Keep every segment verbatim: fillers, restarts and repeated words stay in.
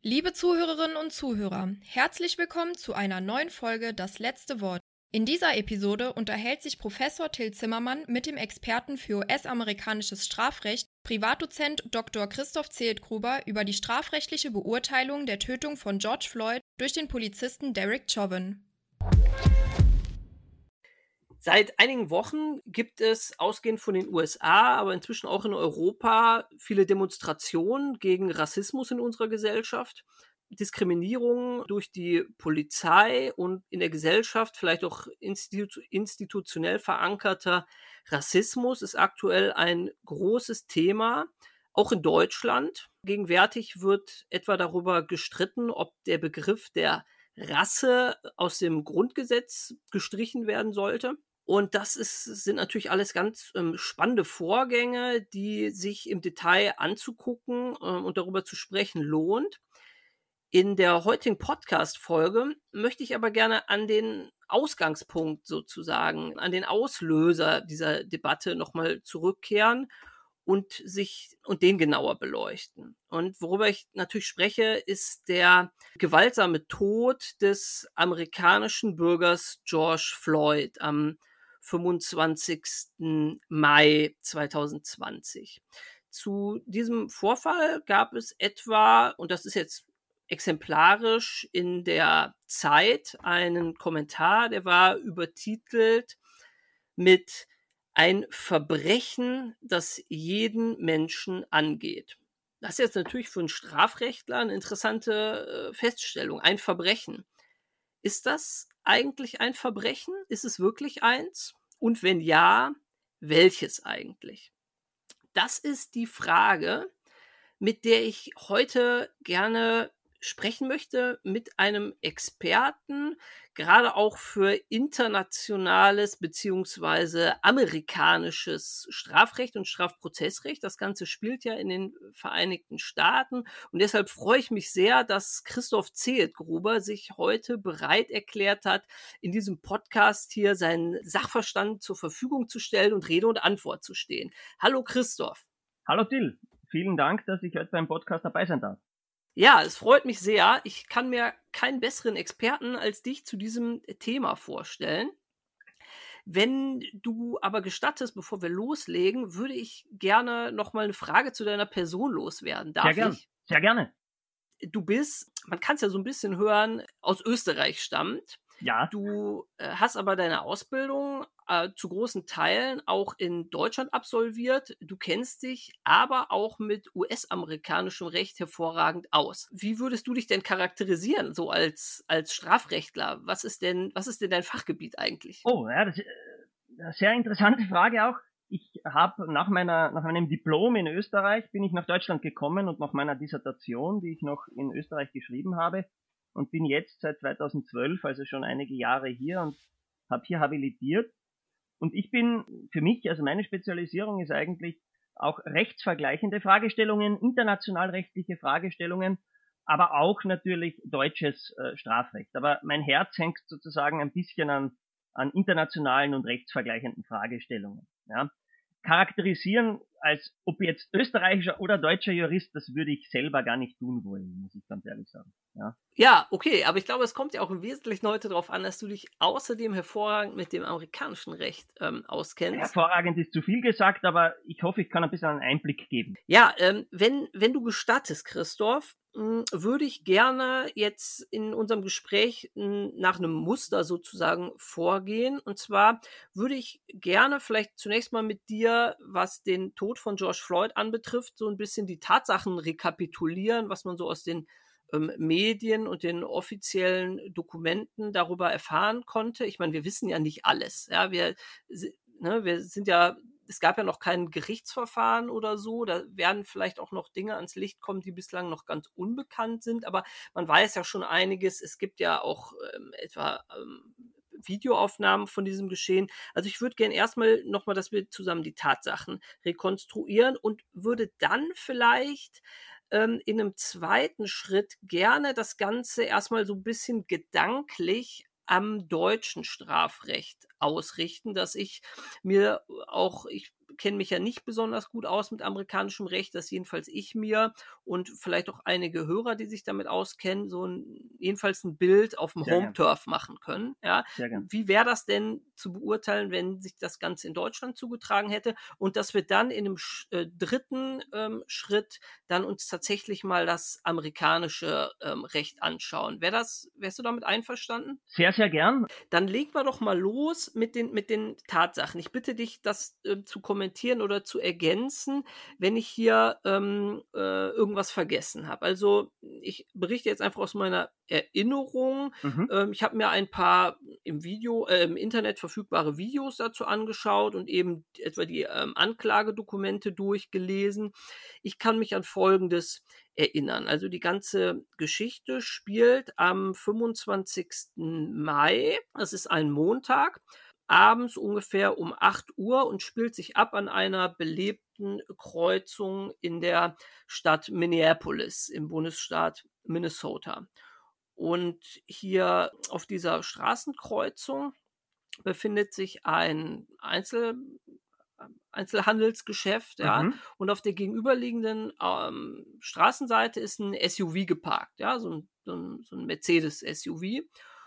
Liebe Zuhörerinnen und Zuhörer, herzlich willkommen zu einer neuen Folge Das letzte Wort. In dieser Episode unterhält sich Professor Till Zimmermann mit dem Experten für U S-amerikanisches Strafrecht, Privatdozent Doktor Christoph Zehetgruber über die strafrechtliche Beurteilung der Tötung von George Floyd durch den Polizisten Derek Chauvin. Seit einigen Wochen gibt es, ausgehend von den U S A, aber inzwischen auch in Europa, viele Demonstrationen gegen Rassismus in unserer Gesellschaft. Diskriminierung durch die Polizei und in der Gesellschaft, vielleicht auch institu- institutionell verankerter Rassismus ist aktuell ein großes Thema, auch in Deutschland. Gegenwärtig wird etwa darüber gestritten, ob der Begriff der Rasse aus dem Grundgesetz gestrichen werden sollte. Und das ist, sind natürlich alles ganz ähm, spannende Vorgänge, die sich im Detail anzugucken ähm, und darüber zu sprechen lohnt. In der heutigen Podcast-Folge möchte ich aber gerne an den Ausgangspunkt sozusagen, an den Auslöser dieser Debatte nochmal zurückkehren und sich und den genauer beleuchten. Und worüber ich natürlich spreche, ist der gewaltsame Tod des amerikanischen Bürgers George Floyd am fünfundzwanzigsten Mai zweitausendzwanzig. Zu diesem Vorfall gab es etwa, und das ist jetzt exemplarisch in der Zeit, einen Kommentar, der war übertitelt mit ein Verbrechen, das jeden Menschen angeht. Das ist jetzt natürlich für einen Strafrechtler eine interessante äh, Feststellung. Ein Verbrechen. Ist das eigentlich ein Verbrechen? Ist es wirklich eins? Und wenn ja, welches eigentlich? Das ist die Frage, mit der ich heute gerne sprechen möchte mit einem Experten, gerade auch für internationales beziehungsweise amerikanisches Strafrecht und Strafprozessrecht. Das Ganze spielt ja in den Vereinigten Staaten und deshalb freue ich mich sehr, dass Christoph Zehetgruber sich heute bereit erklärt hat, in diesem Podcast hier seinen Sachverstand zur Verfügung zu stellen und Rede und Antwort zu stehen. Hallo Christoph. Hallo Till, vielen Dank, dass ich heute beim Podcast dabei sein darf. Ja, es freut mich sehr. Ich kann mir keinen besseren Experten als dich zu diesem Thema vorstellen. Wenn du aber gestattest, bevor wir loslegen, würde ich gerne noch mal eine Frage zu deiner Person loswerden. Darf Sehr gern, ich? Sehr gerne. Du bist, man kann es ja so ein bisschen hören, aus Österreich stammt. Ja. Du äh, hast aber deine Ausbildung äh, zu großen Teilen auch in Deutschland absolviert. Du kennst dich aber auch mit U S-amerikanischem Recht hervorragend aus. Wie würdest du dich denn charakterisieren, so als, als Strafrechtler? Was ist denn, was ist denn dein Fachgebiet eigentlich? Oh, ja, das ist eine sehr interessante Frage auch. Ich habe nach meiner, nach meinem Diplom in Österreich bin ich nach Deutschland gekommen und nach meiner Dissertation, die ich noch in Österreich geschrieben habe, und bin jetzt seit zweitausendzwölf, also schon einige Jahre hier und habe hier habilitiert. Und ich bin für mich, also meine Spezialisierung ist eigentlich auch rechtsvergleichende Fragestellungen, international rechtliche Fragestellungen, aber auch natürlich deutsches äh, Strafrecht. Aber mein Herz hängt sozusagen ein bisschen an, an internationalen und rechtsvergleichenden Fragestellungen. Ja. Charakterisieren als ob jetzt österreichischer oder deutscher Jurist, das würde ich selber gar nicht tun wollen, muss ich ganz ehrlich sagen. Ja. Ja, okay, aber ich glaube, es kommt ja auch im Wesentlichen heute darauf an, dass du dich außerdem hervorragend mit dem amerikanischen Recht ähm, auskennst. Hervorragend ist zu viel gesagt, aber ich hoffe, ich kann ein bisschen einen Einblick geben. Ja, ähm, wenn, wenn du gestattest, Christoph, mh, würde ich gerne jetzt in unserem Gespräch mh, nach einem Muster sozusagen vorgehen. Und zwar würde ich gerne vielleicht zunächst mal mit dir, was den Tod von George Floyd anbetrifft, so ein bisschen die Tatsachen rekapitulieren, was man so aus den ähm, Medien und den offiziellen Dokumenten darüber erfahren konnte. Ich meine, wir wissen ja nicht alles. Ja, wir, ne, wir sind ja, es gab ja noch kein Gerichtsverfahren oder so. Da werden vielleicht auch noch Dinge ans Licht kommen, die bislang noch ganz unbekannt sind. Aber man weiß ja schon einiges. Es gibt ja auch ähm, etwa ähm, Videoaufnahmen von diesem Geschehen. Also ich würde gerne erstmal nochmal, dass wir zusammen die Tatsachen rekonstruieren und würde dann vielleicht ähm, in einem zweiten Schritt gerne das Ganze erstmal so ein bisschen gedanklich am deutschen Strafrecht ausrichten, dass ich mir auch, ich kenne mich ja nicht besonders gut aus mit amerikanischem Recht, das jedenfalls ich mir und vielleicht auch einige Hörer, die sich damit auskennen, so ein, jedenfalls ein Bild auf dem Home-Turf machen können. Ja? Wie wäre das denn zu beurteilen, wenn sich das Ganze in Deutschland zugetragen hätte und dass wir dann in einem äh, dritten ähm, Schritt dann uns tatsächlich mal das amerikanische ähm, Recht anschauen. Wär das, wärst du damit einverstanden? Sehr, sehr gern. Dann legen wir doch mal los mit den, mit den Tatsachen. Ich bitte dich, das äh, zu kommentieren oder zu ergänzen, wenn ich hier ähm, äh, irgendwas vergessen habe. Also ich berichte jetzt einfach aus meiner Erinnerung. Mhm. Ähm, ich habe mir ein paar im Video, äh, im Internet verfügbare Videos dazu angeschaut und eben etwa die ähm, Anklagedokumente durchgelesen. Ich kann mich an Folgendes erinnern. Also die ganze Geschichte spielt am fünfundzwanzigsten Mai. Das ist ein Montag. Abends ungefähr um acht Uhr und spielt sich ab an einer belebten Kreuzung in der Stadt Minneapolis im Bundesstaat Minnesota. Und hier auf dieser Straßenkreuzung befindet sich ein Einzel, Einzelhandelsgeschäft, ja, mhm. und auf der gegenüberliegenden ähm, Straßenseite ist ein S U V geparkt, ja, so ein, so ein, so ein Mercedes-S U V.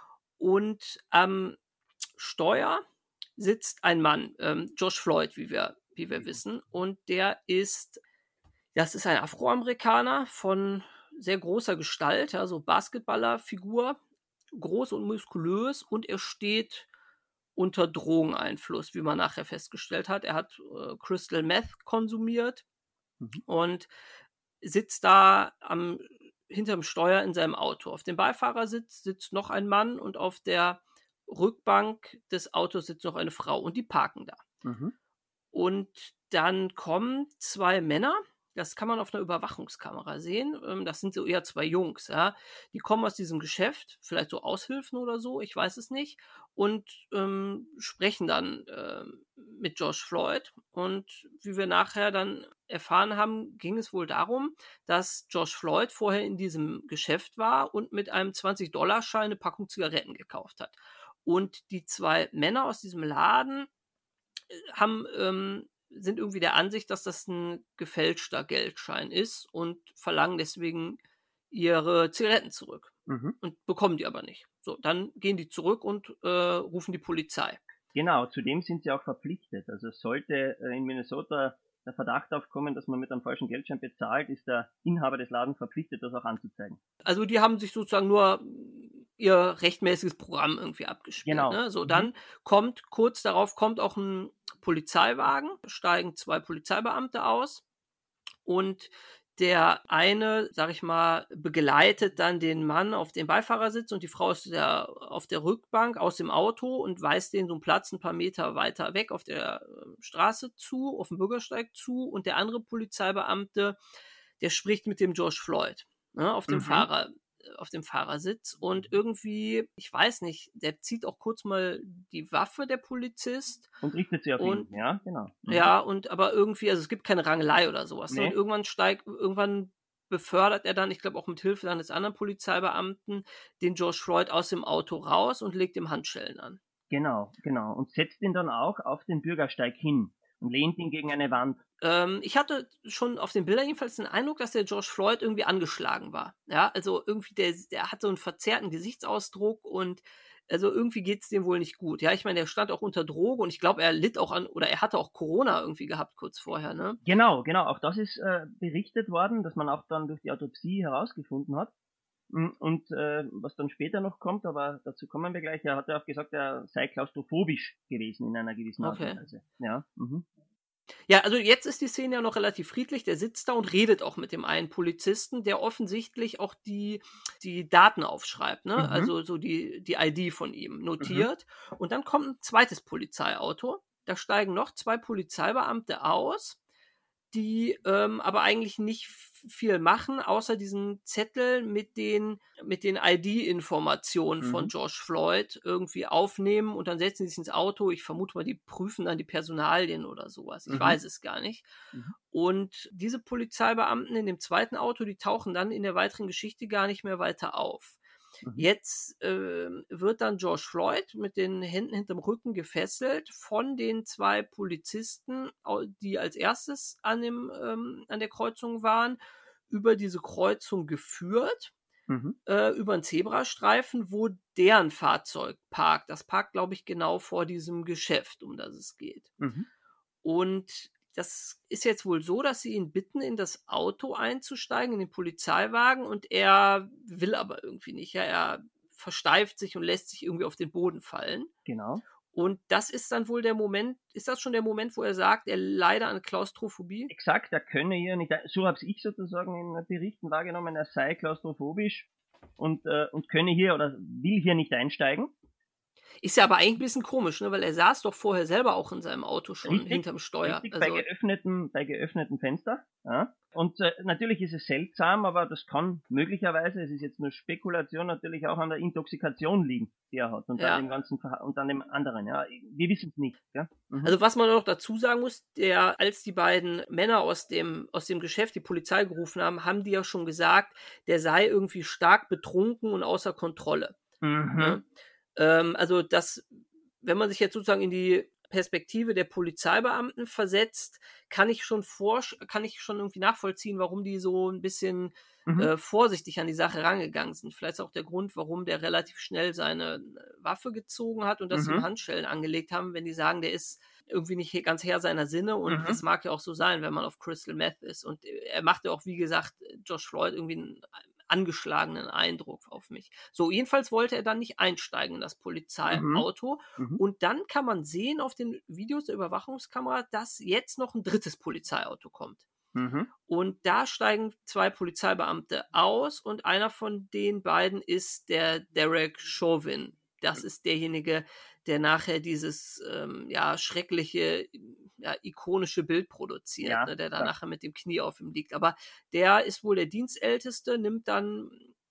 Und am Steuer sitzt ein Mann, ähm, Josh Floyd, wie wir, wie wir wissen, und der ist, das ist ein Afroamerikaner von sehr großer Gestalt, ja, so Basketballerfigur, groß und muskulös, und er steht unter Drogeneinfluss, wie man nachher festgestellt hat. Er hat äh, Crystal Meth konsumiert mhm. und sitzt da am, hinterm Steuer in seinem Auto. Auf dem Beifahrersitz sitzt noch ein Mann und auf der Rückbank des Autos sitzt noch eine Frau und die parken da. Mhm. Und dann kommen zwei Männer, das kann man auf einer Überwachungskamera sehen, das sind so eher zwei Jungs, ja, die kommen aus diesem Geschäft, vielleicht so Aushilfen oder so, ich weiß es nicht, und ähm, sprechen dann äh, mit Josh Floyd. Und wie wir nachher dann erfahren haben, ging es wohl darum, dass Josh Floyd vorher in diesem Geschäft war und mit einem zwanzig-Dollar-Schein eine Packung Zigaretten gekauft hat. Und die zwei Männer aus diesem Laden haben, ähm, sind irgendwie der Ansicht, dass das ein gefälschter Geldschein ist und verlangen deswegen ihre Zigaretten zurück. Mhm. Und bekommen die aber nicht. So, dann gehen die zurück und äh, rufen die Polizei. Genau, zudem sind sie auch verpflichtet. Also sollte äh, in Minnesota der Verdacht aufkommen, dass man mit einem falschen Geldschein bezahlt, ist der Inhaber des Ladens verpflichtet, das auch anzuzeigen. Also die haben sich sozusagen nur ihr rechtmäßiges Programm irgendwie abgespielt. Genau. Ne? So, mhm. dann kommt, kurz darauf kommt auch ein Polizeiwagen, steigen zwei Polizeibeamte aus und der eine, sag ich mal, begleitet dann den Mann auf dem Beifahrersitz und die Frau ist der, auf der Rückbank aus dem Auto und weist denen so einen Platz ein paar Meter weiter weg auf der Straße zu, auf dem Bürgersteig zu, und der andere Polizeibeamte, der spricht mit dem Josh Floyd, ne, auf dem mhm. Fahrer, auf dem Fahrersitz, und irgendwie, ich weiß nicht, der zieht auch kurz mal die Waffe, der Polizist. Und richtet sie auf und, ihn, ja, genau. Mhm. Ja, und aber irgendwie, also es gibt keine Rangelei oder sowas. Nee. Ne? Und irgendwann steigt, irgendwann befördert er dann, ich glaube auch mit Hilfe dann des anderen Polizeibeamten, den Josh Floyd aus dem Auto raus und legt ihm Handschellen an. Genau, genau. Und setzt ihn dann auch auf den Bürgersteig hin und lehnt ihn gegen eine Wand. Ähm, ich hatte schon auf den Bildern jedenfalls den Eindruck, dass der Josh Floyd irgendwie angeschlagen war. Ja, also irgendwie der, der hat so einen verzerrten Gesichtsausdruck und also irgendwie geht's dem wohl nicht gut. Ja, ich meine, der stand auch unter Droge und ich glaube, er litt auch an, oder er hatte auch Corona irgendwie gehabt kurz vorher, ne? Genau, genau. Auch das ist äh, berichtet worden, dass man auch dann durch die Autopsie herausgefunden hat. Und äh, was dann später noch kommt, aber dazu kommen wir gleich, er hat ja auch gesagt, er sei klaustrophobisch gewesen in einer gewissen Art und Weise. Ja, mhm. Ja, also jetzt ist die Szene ja noch relativ friedlich. Der sitzt da und redet auch mit dem einen Polizisten, der offensichtlich auch die, die Daten aufschreibt, ne? Mhm. Also so die, die I D von ihm notiert. Mhm. Und dann kommt ein zweites Polizeiauto. Da steigen noch zwei Polizeibeamte aus, die ähm, aber eigentlich nicht viel machen, außer diesen Zettel mit den, mit den I D-Informationen mhm. von Josh Floyd irgendwie aufnehmen und dann setzen sie sich ins Auto. Ich vermute mal, die prüfen dann die Personalien oder sowas. Ich mhm. weiß es gar nicht. Mhm. Und diese Polizeibeamten in dem zweiten Auto, die tauchen dann in der weiteren Geschichte gar nicht mehr weiter auf. Mhm. Jetzt äh, wird dann George Floyd mit den Händen hinterm Rücken gefesselt von den zwei Polizisten, die als erstes an, dem, ähm, an der Kreuzung waren, über diese Kreuzung geführt, mhm. äh, über einen Zebrastreifen, wo deren Fahrzeug parkt. Das parkt, glaube ich, genau vor diesem Geschäft, um das es geht. Mhm. Und das ist jetzt wohl so, dass sie ihn bitten, in das Auto einzusteigen, in den Polizeiwagen, und er will aber irgendwie nicht. Ja, er versteift sich und lässt sich irgendwie auf den Boden fallen. Genau. Und das ist dann wohl der Moment, ist das schon der Moment, wo er sagt, er leide an Klaustrophobie? Exakt, er könne hier nicht, so habe ich sozusagen in Berichten wahrgenommen, er sei klaustrophobisch und, äh, und könne hier oder will hier nicht einsteigen. Ist ja aber eigentlich ein bisschen komisch, ne? Weil er saß doch vorher selber auch in seinem Auto schon richtig, hinterm Steuer. Richtig, also, bei geöffnetem, bei geöffnetem Fenster. Ja. Und äh, natürlich ist es seltsam, aber das kann möglicherweise, es ist jetzt nur Spekulation, natürlich auch an der Intoxikation liegen, die er hat und ja. an dem ganzen und an dem anderen. Ja, wir wissen es nicht. Ja? Mhm. Also was man noch dazu sagen muss, der, als die beiden Männer aus dem aus dem Geschäft die Polizei gerufen haben, haben die ja schon gesagt, der sei irgendwie stark betrunken und außer Kontrolle. Mhm. Ne? Ähm, also das, wenn man sich jetzt sozusagen in die Perspektive der Polizeibeamten versetzt, kann ich schon vor, kann ich schon irgendwie nachvollziehen, warum die so ein bisschen mhm. äh, vorsichtig an die Sache rangegangen sind. Vielleicht ist auch der Grund, warum der relativ schnell seine Waffe gezogen hat und dass mhm. sie ihm Handschellen angelegt haben, wenn die sagen, der ist irgendwie nicht ganz Herr seiner Sinne, und mhm. das mag ja auch so sein, wenn man auf Crystal Meth ist. Und er macht ja auch, wie gesagt, George Floyd irgendwie einen angeschlagenen Eindruck auf mich. So, jedenfalls wollte er dann nicht einsteigen in das Polizeiauto. Mhm. Und dann kann man sehen auf den Videos der Überwachungskamera, dass jetzt noch ein drittes Polizeiauto kommt. Mhm. Und da steigen zwei Polizeibeamte aus und einer von den beiden ist der Derek Chauvin. Das ist derjenige, der nachher dieses ähm, ja, schreckliche, ja, ikonische Bild produziert, ja, ne, der da nachher mit dem Knie auf ihm liegt. Aber der ist wohl der Dienstälteste, nimmt dann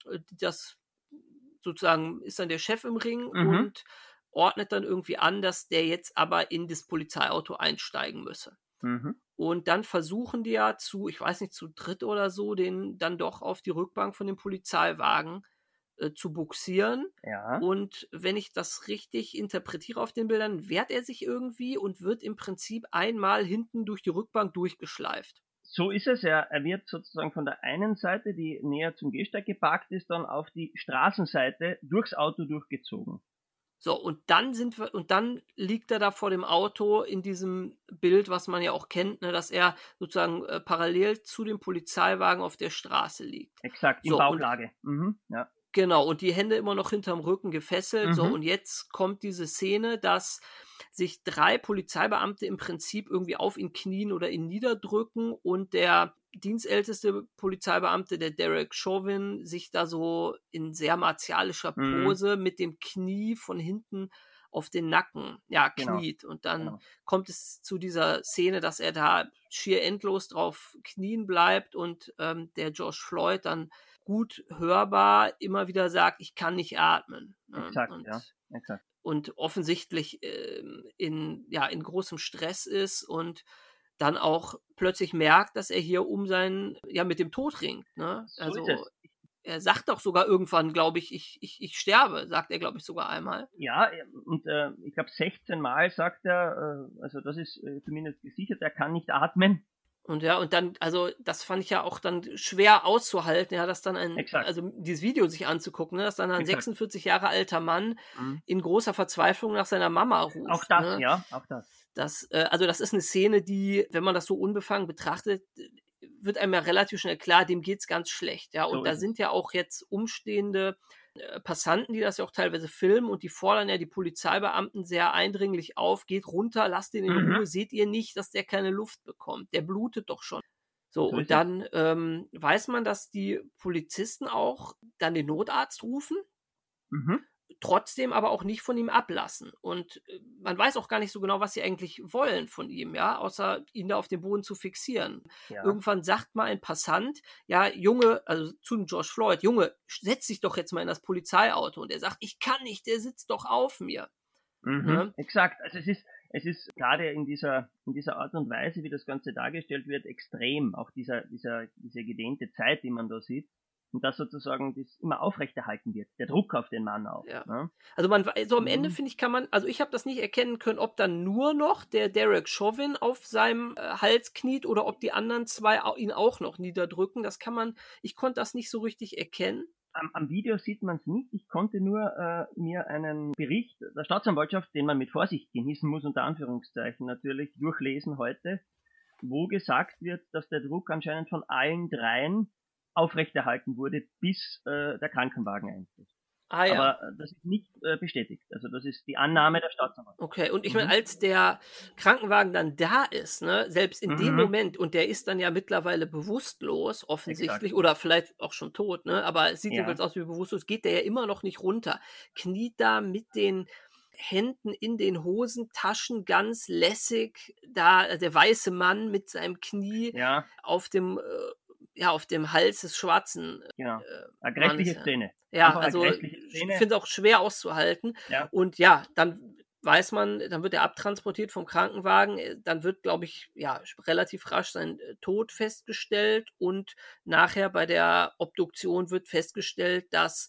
das sozusagen, ist dann der Chef im Ring mhm. und ordnet dann irgendwie an, dass der jetzt aber in das Polizeiauto einsteigen müsse. Mhm. Und dann versuchen die ja zu, ich weiß nicht, zu dritt oder so, den dann doch auf die Rückbank von dem Polizeiwagen äh, zu buxieren. Ja. Und wenn ich das richtig interpretiere auf den Bildern, wehrt er sich irgendwie und wird im Prinzip einmal hinten durch die Rückbank durchgeschleift. So ist es, ja. Er wird sozusagen von der einen Seite, die näher zum Gehsteig geparkt ist, dann auf die Straßenseite durchs Auto durchgezogen. So, und dann sind wir, und dann liegt er da vor dem Auto in diesem Bild, was man ja auch kennt, ne, dass er sozusagen äh, parallel zu dem Polizeiwagen auf der Straße liegt. Exakt, in so, Bauchlage. Und, mhm, ja. Genau, und die Hände immer noch hinterm Rücken gefesselt. Mhm. So, und jetzt kommt diese Szene, dass sich drei Polizeibeamte im Prinzip irgendwie auf ihn knien oder ihn niederdrücken und der dienstälteste Polizeibeamte, der Derek Chauvin, sich da so in sehr martialischer Pose mhm. mit dem Knie von hinten auf den Nacken, ja, kniet. Genau. Und dann genau. kommt es zu dieser Szene, dass er da schier endlos drauf knien bleibt und ähm, der George Floyd dann gut hörbar immer wieder sagt, ich kann nicht atmen. Exakt, und, ja, exakt. Und offensichtlich äh, in, ja, in großem Stress ist und dann auch plötzlich merkt, dass er hier um seinen, ja, mit dem Tod ringt. Ne? So also ist es. Er sagt doch sogar irgendwann, glaube ich, ich, ich, ich sterbe, sagt er, glaube ich, sogar einmal. Ja, und äh, ich glaube sechzehn Mal sagt er, äh, also das ist äh, zumindest gesichert, er kann nicht atmen. Und ja, und dann, also das fand ich ja auch dann schwer auszuhalten, ja, dass dann ein, Exakt. also dieses Video sich anzugucken, ne, dass dann ein Exakt. sechsundvierzig Jahre alter Mann mhm. in großer Verzweiflung nach seiner Mama ruft. Auch das, ne? ja, auch das. Das, äh, also das ist eine Szene, die, wenn man das so unbefangen betrachtet, wird einem ja relativ schnell klar, dem geht's ganz schlecht, ja. Und so da sind ja auch jetzt umstehende äh, Passanten, die das ja auch teilweise filmen und die fordern ja die Polizeibeamten sehr eindringlich auf, geht runter, lasst ihn in mhm. Ruhe, seht ihr nicht, dass der keine Luft bekommt, der blutet doch schon. So, so und dann ähm, weiß man, dass die Polizisten auch dann den Notarzt rufen, mhm. trotzdem aber auch nicht von ihm ablassen. Und äh, man weiß auch gar nicht so genau, was sie eigentlich wollen von ihm, ja, außer ihn da auf dem Boden zu fixieren. Ja. Irgendwann sagt mal ein Passant, ja, Junge, also zu dem George Floyd, Junge, setz dich doch jetzt mal in das Polizeiauto. Und er sagt, ich kann nicht, der sitzt doch auf mir. Mhm, ja? Exakt, also es ist, es ist gerade in dieser, in dieser Art und Weise, wie das Ganze dargestellt wird, extrem, auch dieser, dieser, diese gedehnte Zeit, die man da sieht. Und dass sozusagen das immer aufrechterhalten wird, der Druck auf den Mann auch. Ja. Ne? Also man, also am Ende Mhm. finde ich, kann man, also ich habe das nicht erkennen können, ob dann nur noch der Derek Chauvin auf seinem äh, Hals kniet oder ob die anderen zwei au- ihn auch noch niederdrücken. Das kann man, ich konnte das nicht so richtig erkennen. Am, am Video sieht man es nicht. Ich konnte nur äh, mir einen Bericht der Staatsanwaltschaft, den man mit Vorsicht genießen muss, unter Anführungszeichen natürlich, durchlesen heute, wo gesagt wird, dass der Druck anscheinend von allen dreien aufrechterhalten wurde, bis äh, der Krankenwagen eintrifft. Ah ja. Aber äh, das ist nicht äh, bestätigt. Also das ist die Annahme der Staatsanwaltschaft. Okay, und ich Mhm. meine, als der Krankenwagen dann da ist, ne, selbst in dem Mhm. Moment, und der ist dann ja mittlerweile bewusstlos, offensichtlich, Exakt. oder vielleicht auch schon tot, ne, aber es sieht Ja. jedenfalls aus wie bewusstlos, geht der ja immer noch nicht runter, kniet da mit den Händen in den Hosentaschen ganz lässig, da der weiße Mann mit seinem Knie Ja, auf dem, äh, ja, auf dem Hals des schwarzen genau. äh, Eine grässliche Mannes. Ja, Szene. ja Einfach eine also grässliche ich Szene. finde es auch schwer auszuhalten. Ja. Und ja, dann weiß man, dann wird er abtransportiert vom Krankenwagen, äh, dann wird, glaube ich, ja, relativ rasch sein äh, Tod festgestellt und nachher bei der Obduktion wird festgestellt, dass,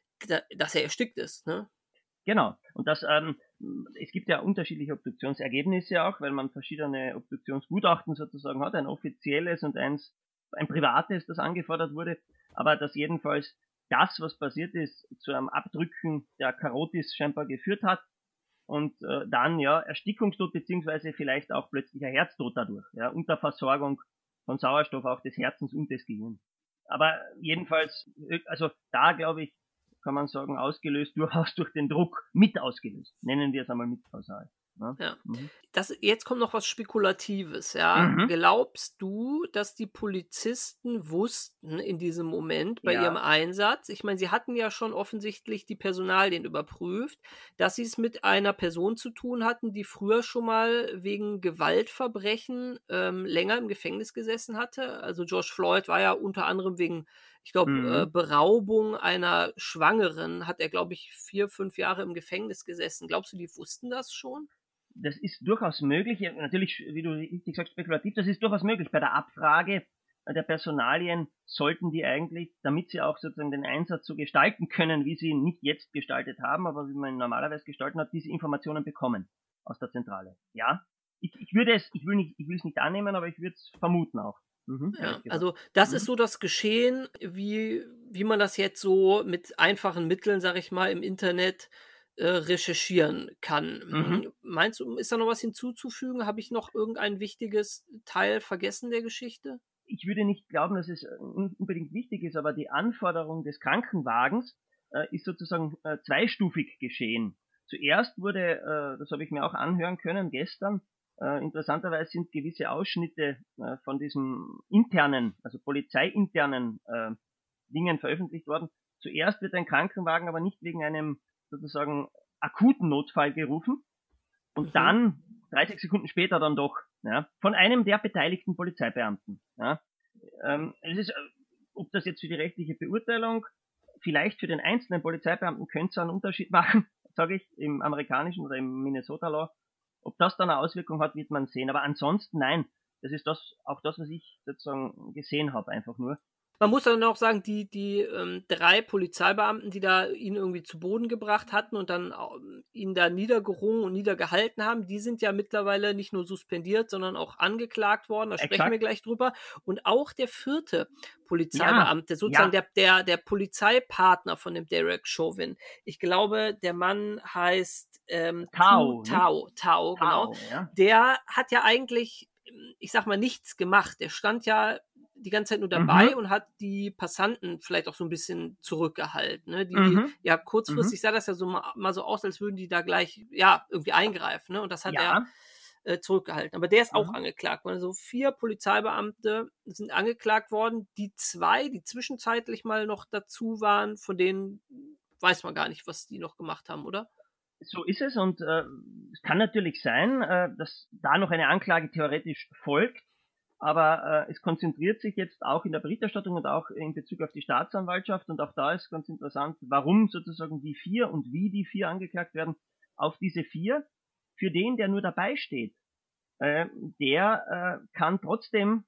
dass er erstickt ist, ne? Genau. Und das, ähm, es gibt ja unterschiedliche Obduktionsergebnisse auch, weil man verschiedene Obduktionsgutachten sozusagen hat, ein offizielles und eins, ein privates, das angefordert wurde, aber dass jedenfalls das, was passiert ist, zu einem Abdrücken der Karotis scheinbar geführt hat und äh, dann ja Erstickungstod beziehungsweise vielleicht auch plötzlicher Herztod dadurch, ja, Unterversorgung von Sauerstoff auch des Herzens und des Gehirns. Aber jedenfalls, also da glaube ich, kann man sagen, ausgelöst durchaus durch den Druck, mit ausgelöst. Nennen wir es einmal mit kausal. Ne? Ja. Mhm. Das, jetzt kommt noch was Spekulatives, ja. Mhm. Glaubst du, dass die Polizisten wussten in diesem Moment bei Ja. ihrem Einsatz, ich meine, sie hatten ja schon offensichtlich die Personalien überprüft, dass sie es mit einer Person zu tun hatten, die früher schon mal wegen Gewaltverbrechen ähm, länger im Gefängnis gesessen hatte? Also George Floyd war ja unter anderem wegen, ich glaube, Mhm. äh, Beraubung einer Schwangeren, hat er, glaube ich, vier, fünf Jahre im Gefängnis gesessen. Glaubst du, die wussten das schon? Das ist durchaus möglich, natürlich, wie du richtig sagst, spekulativ, das ist durchaus möglich. Bei der Abfrage der Personalien sollten die eigentlich, damit sie auch sozusagen den Einsatz so gestalten können, wie sie ihn nicht jetzt gestaltet haben, aber wie man ihn normalerweise gestalten hat, diese Informationen bekommen aus der Zentrale. Ja, ich, ich würde es, ich will nicht, ich will es nicht annehmen, aber ich würde es vermuten auch. Mhm, ja, also das mhm. ist so das Geschehen, wie, wie man das jetzt so mit einfachen Mitteln, sag ich mal, im Internet äh, recherchieren kann. Mhm. Meinst du, ist da noch was hinzuzufügen? Habe ich noch irgendein wichtiges Teil vergessen der Geschichte? Ich würde nicht glauben, dass es unbedingt wichtig ist, aber die Anforderung des Krankenwagens äh, ist sozusagen äh, zweistufig geschehen. Zuerst wurde, äh, das habe ich mir auch anhören können gestern, äh, interessanterweise sind gewisse Ausschnitte äh, von diesem internen, also polizeiinternen äh, Dingen veröffentlicht worden. Zuerst wird ein Krankenwagen aber nicht wegen einem sozusagen akuten Notfall gerufen und Mhm. dann dreißig Sekunden später dann doch, ja, von einem der beteiligten Polizeibeamten. Ja. Ähm, es ist, ob das jetzt für die rechtliche Beurteilung, vielleicht für den einzelnen Polizeibeamten könnte es einen Unterschied machen, sage ich, im amerikanischen oder im Minnesota Law. Ob das dann eine Auswirkung hat, wird man sehen. Aber ansonsten nein, das ist das auch das, was ich sozusagen gesehen habe, einfach nur. Man muss dann auch sagen, die, die ähm, drei Polizeibeamten, die da ihn irgendwie zu Boden gebracht hatten und dann ähm, ihn da niedergerungen und niedergehalten haben, die sind ja mittlerweile nicht nur suspendiert, sondern auch angeklagt worden. Da sprechen Exakt. wir gleich drüber. Und auch der vierte Polizeibeamte, Ja, sozusagen ja. Der, der, der Polizeipartner von dem Derek Chauvin. Ich glaube, der Mann heißt ähm, Tao, Tu Tao, Tao, genau. Tao, ja. Der hat ja eigentlich, ich sag mal, nichts gemacht. Der stand ja die ganze Zeit nur dabei Mhm. und hat die Passanten vielleicht auch so ein bisschen zurückgehalten. Ne? Die, Mhm. ja, kurzfristig Mhm. sah das ja so mal, mal so aus, als würden die da gleich, ja, irgendwie eingreifen. Ne? Und das hat Ja. er äh, zurückgehalten. Aber der ist auch Mhm. angeklagt worden. Also vier Polizeibeamte sind angeklagt worden. Die zwei, die zwischenzeitlich mal noch dazu waren, von denen weiß man gar nicht, was die noch gemacht haben, oder? So ist es und äh, es kann natürlich sein, äh, dass da noch eine Anklage theoretisch folgt, aber äh, es konzentriert sich jetzt auch in der Berichterstattung und auch in Bezug auf die Staatsanwaltschaft und auch da ist ganz interessant, warum sozusagen die vier und wie die vier angeklagt werden, auf diese vier. Für den, der nur dabei steht, äh, der äh, kann trotzdem,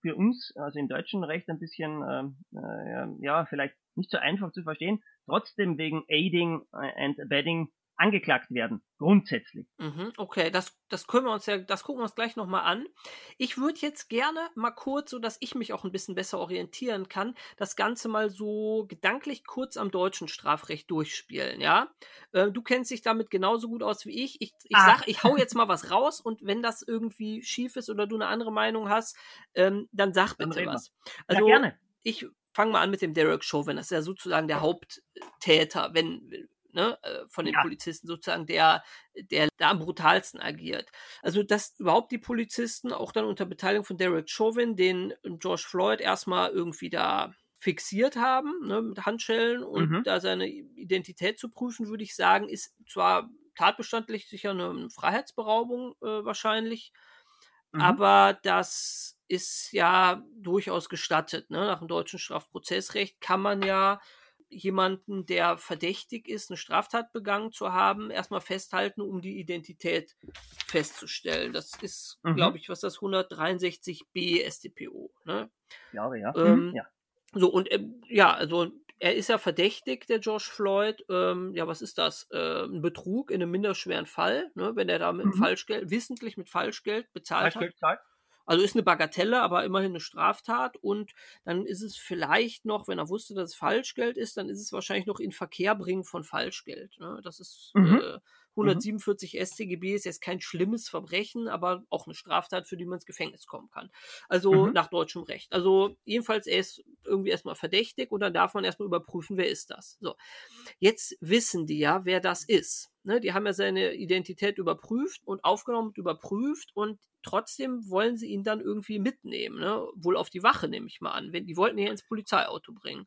für uns, also im deutschen Recht, ein bisschen, äh, ja, vielleicht nicht so einfach zu verstehen, trotzdem wegen Aiding and Abetting angeklagt werden, grundsätzlich. Mhm, okay, das, das können wir uns ja, das gucken wir uns gleich nochmal an. Ich würde jetzt gerne mal kurz, so dass ich mich auch ein bisschen besser orientieren kann, das Ganze mal so gedanklich kurz am deutschen Strafrecht durchspielen, ja? Äh, du kennst dich damit genauso gut aus wie ich. Ich, ich Ah. sag, ich hau jetzt mal was raus und wenn das irgendwie schief ist oder du eine andere Meinung hast, ähm, dann sag Dann bitte reden wir. was. Also, Ja, gerne. ich fange mal an mit dem Derek Chauvin, das ist ja sozusagen der Haupttäter, wenn, ne, äh, von den Ja. Polizisten sozusagen, der, der da am brutalsten agiert. Also, dass überhaupt die Polizisten auch dann unter Beteiligung von Derek Chauvin den George Floyd erstmal irgendwie da fixiert haben, ne, mit Handschellen und Mhm. da seine Identität zu prüfen, würde ich sagen, ist zwar tatbestandlich sicher eine Freiheitsberaubung äh, wahrscheinlich, Mhm. aber das ist ja durchaus gestattet. Ne? Nach dem deutschen Strafprozessrecht kann man ja jemanden, der verdächtig ist, eine Straftat begangen zu haben, erstmal festhalten, um die Identität festzustellen. Das ist, Mhm. glaube ich, was das hundertdreiundsechzig b S t P O. Ne? Ja, ja. Ähm, Mhm. Ja. So, und äh, ja, also er ist ja verdächtig, der George Floyd. Ähm, ja, was ist das? Äh, ein Betrug in einem minderschweren Fall, ne? Wenn er da mit Mhm. Falschgeld, wissentlich mit Falschgeld bezahlt hat. Falschgeld zahlt. Also ist eine Bagatelle, aber immerhin eine Straftat. Und dann ist es vielleicht noch, wenn er wusste, dass es Falschgeld ist, dann ist es wahrscheinlich noch in Verkehr bringen von Falschgeld. Ne? Das ist Mhm. äh, hundertsiebenundvierzig S t G B, ist jetzt kein schlimmes Verbrechen, aber auch eine Straftat, für die man ins Gefängnis kommen kann. Also Mhm. nach deutschem Recht. Also jedenfalls, er ist irgendwie erstmal verdächtig und dann darf man erstmal überprüfen, wer ist das. So. Jetzt wissen die ja, wer das ist. Ne, die haben ja seine Identität überprüft und aufgenommen und überprüft und trotzdem wollen sie ihn dann irgendwie mitnehmen. Ne? Wohl auf die Wache, nehme ich mal an. Wenn, die wollten ihn ja ins Polizeiauto bringen.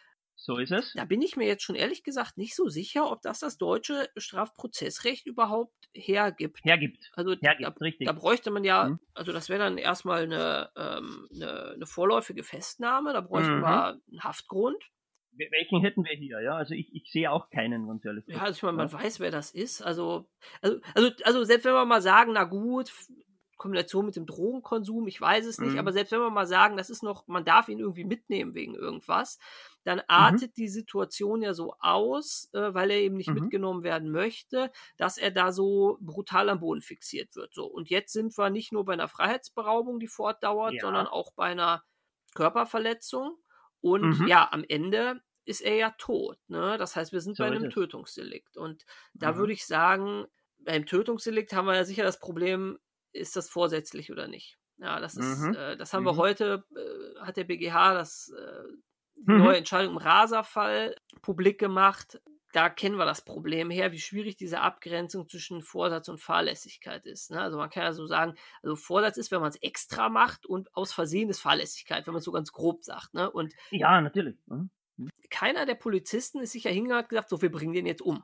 So ist es. Da bin ich mir jetzt schon ehrlich gesagt nicht so sicher, ob das das deutsche Strafprozessrecht überhaupt hergibt. Hergibt. Also Hergibt, da, richtig. da bräuchte man ja, Mhm. also das wäre dann erstmal eine, ähm, eine, eine vorläufige Festnahme, da bräuchten Mhm. wir einen Haftgrund. Welchen hätten wir hier? Ja, also ich, ich sehe auch keinen, ganz ehrlich. Ja, also ich meine, man Ja. weiß, wer das ist. Also, also, also, also selbst wenn wir mal sagen, na gut, Kombination mit dem Drogenkonsum, ich weiß es nicht, Mhm. aber selbst wenn wir mal sagen, das ist noch, man darf ihn irgendwie mitnehmen wegen irgendwas, dann artet Mhm. die Situation ja so aus, äh, weil er eben nicht Mhm. mitgenommen werden möchte, dass er da so brutal am Boden fixiert wird. So. Und jetzt sind wir nicht nur bei einer Freiheitsberaubung, die fortdauert, Ja. sondern auch bei einer Körperverletzung. Und Mhm. ja, am Ende ist er ja tot. Ne? Das heißt, wir sind So bei ist einem es. Tötungsdelikt. Und da Mhm. würde ich sagen, beim Tötungsdelikt haben wir ja sicher das Problem, ist das vorsätzlich oder nicht? Ja, das ist, Mhm. äh, das haben wir Mhm. heute, äh, hat der B G H das, äh, die Mhm. neue Entscheidung im Rasa-Fall publik gemacht. Da kennen wir das Problem her, wie schwierig diese Abgrenzung zwischen Vorsatz und Fahrlässigkeit ist. Ne? Also man kann ja so sagen, also Vorsatz ist, wenn man es extra macht und aus Versehen ist Fahrlässigkeit, wenn man es so ganz grob sagt. Ne? Und Ja, natürlich. Mhm. keiner der Polizisten ist sicher hingegangen und hat gesagt, so, wir bringen den jetzt um.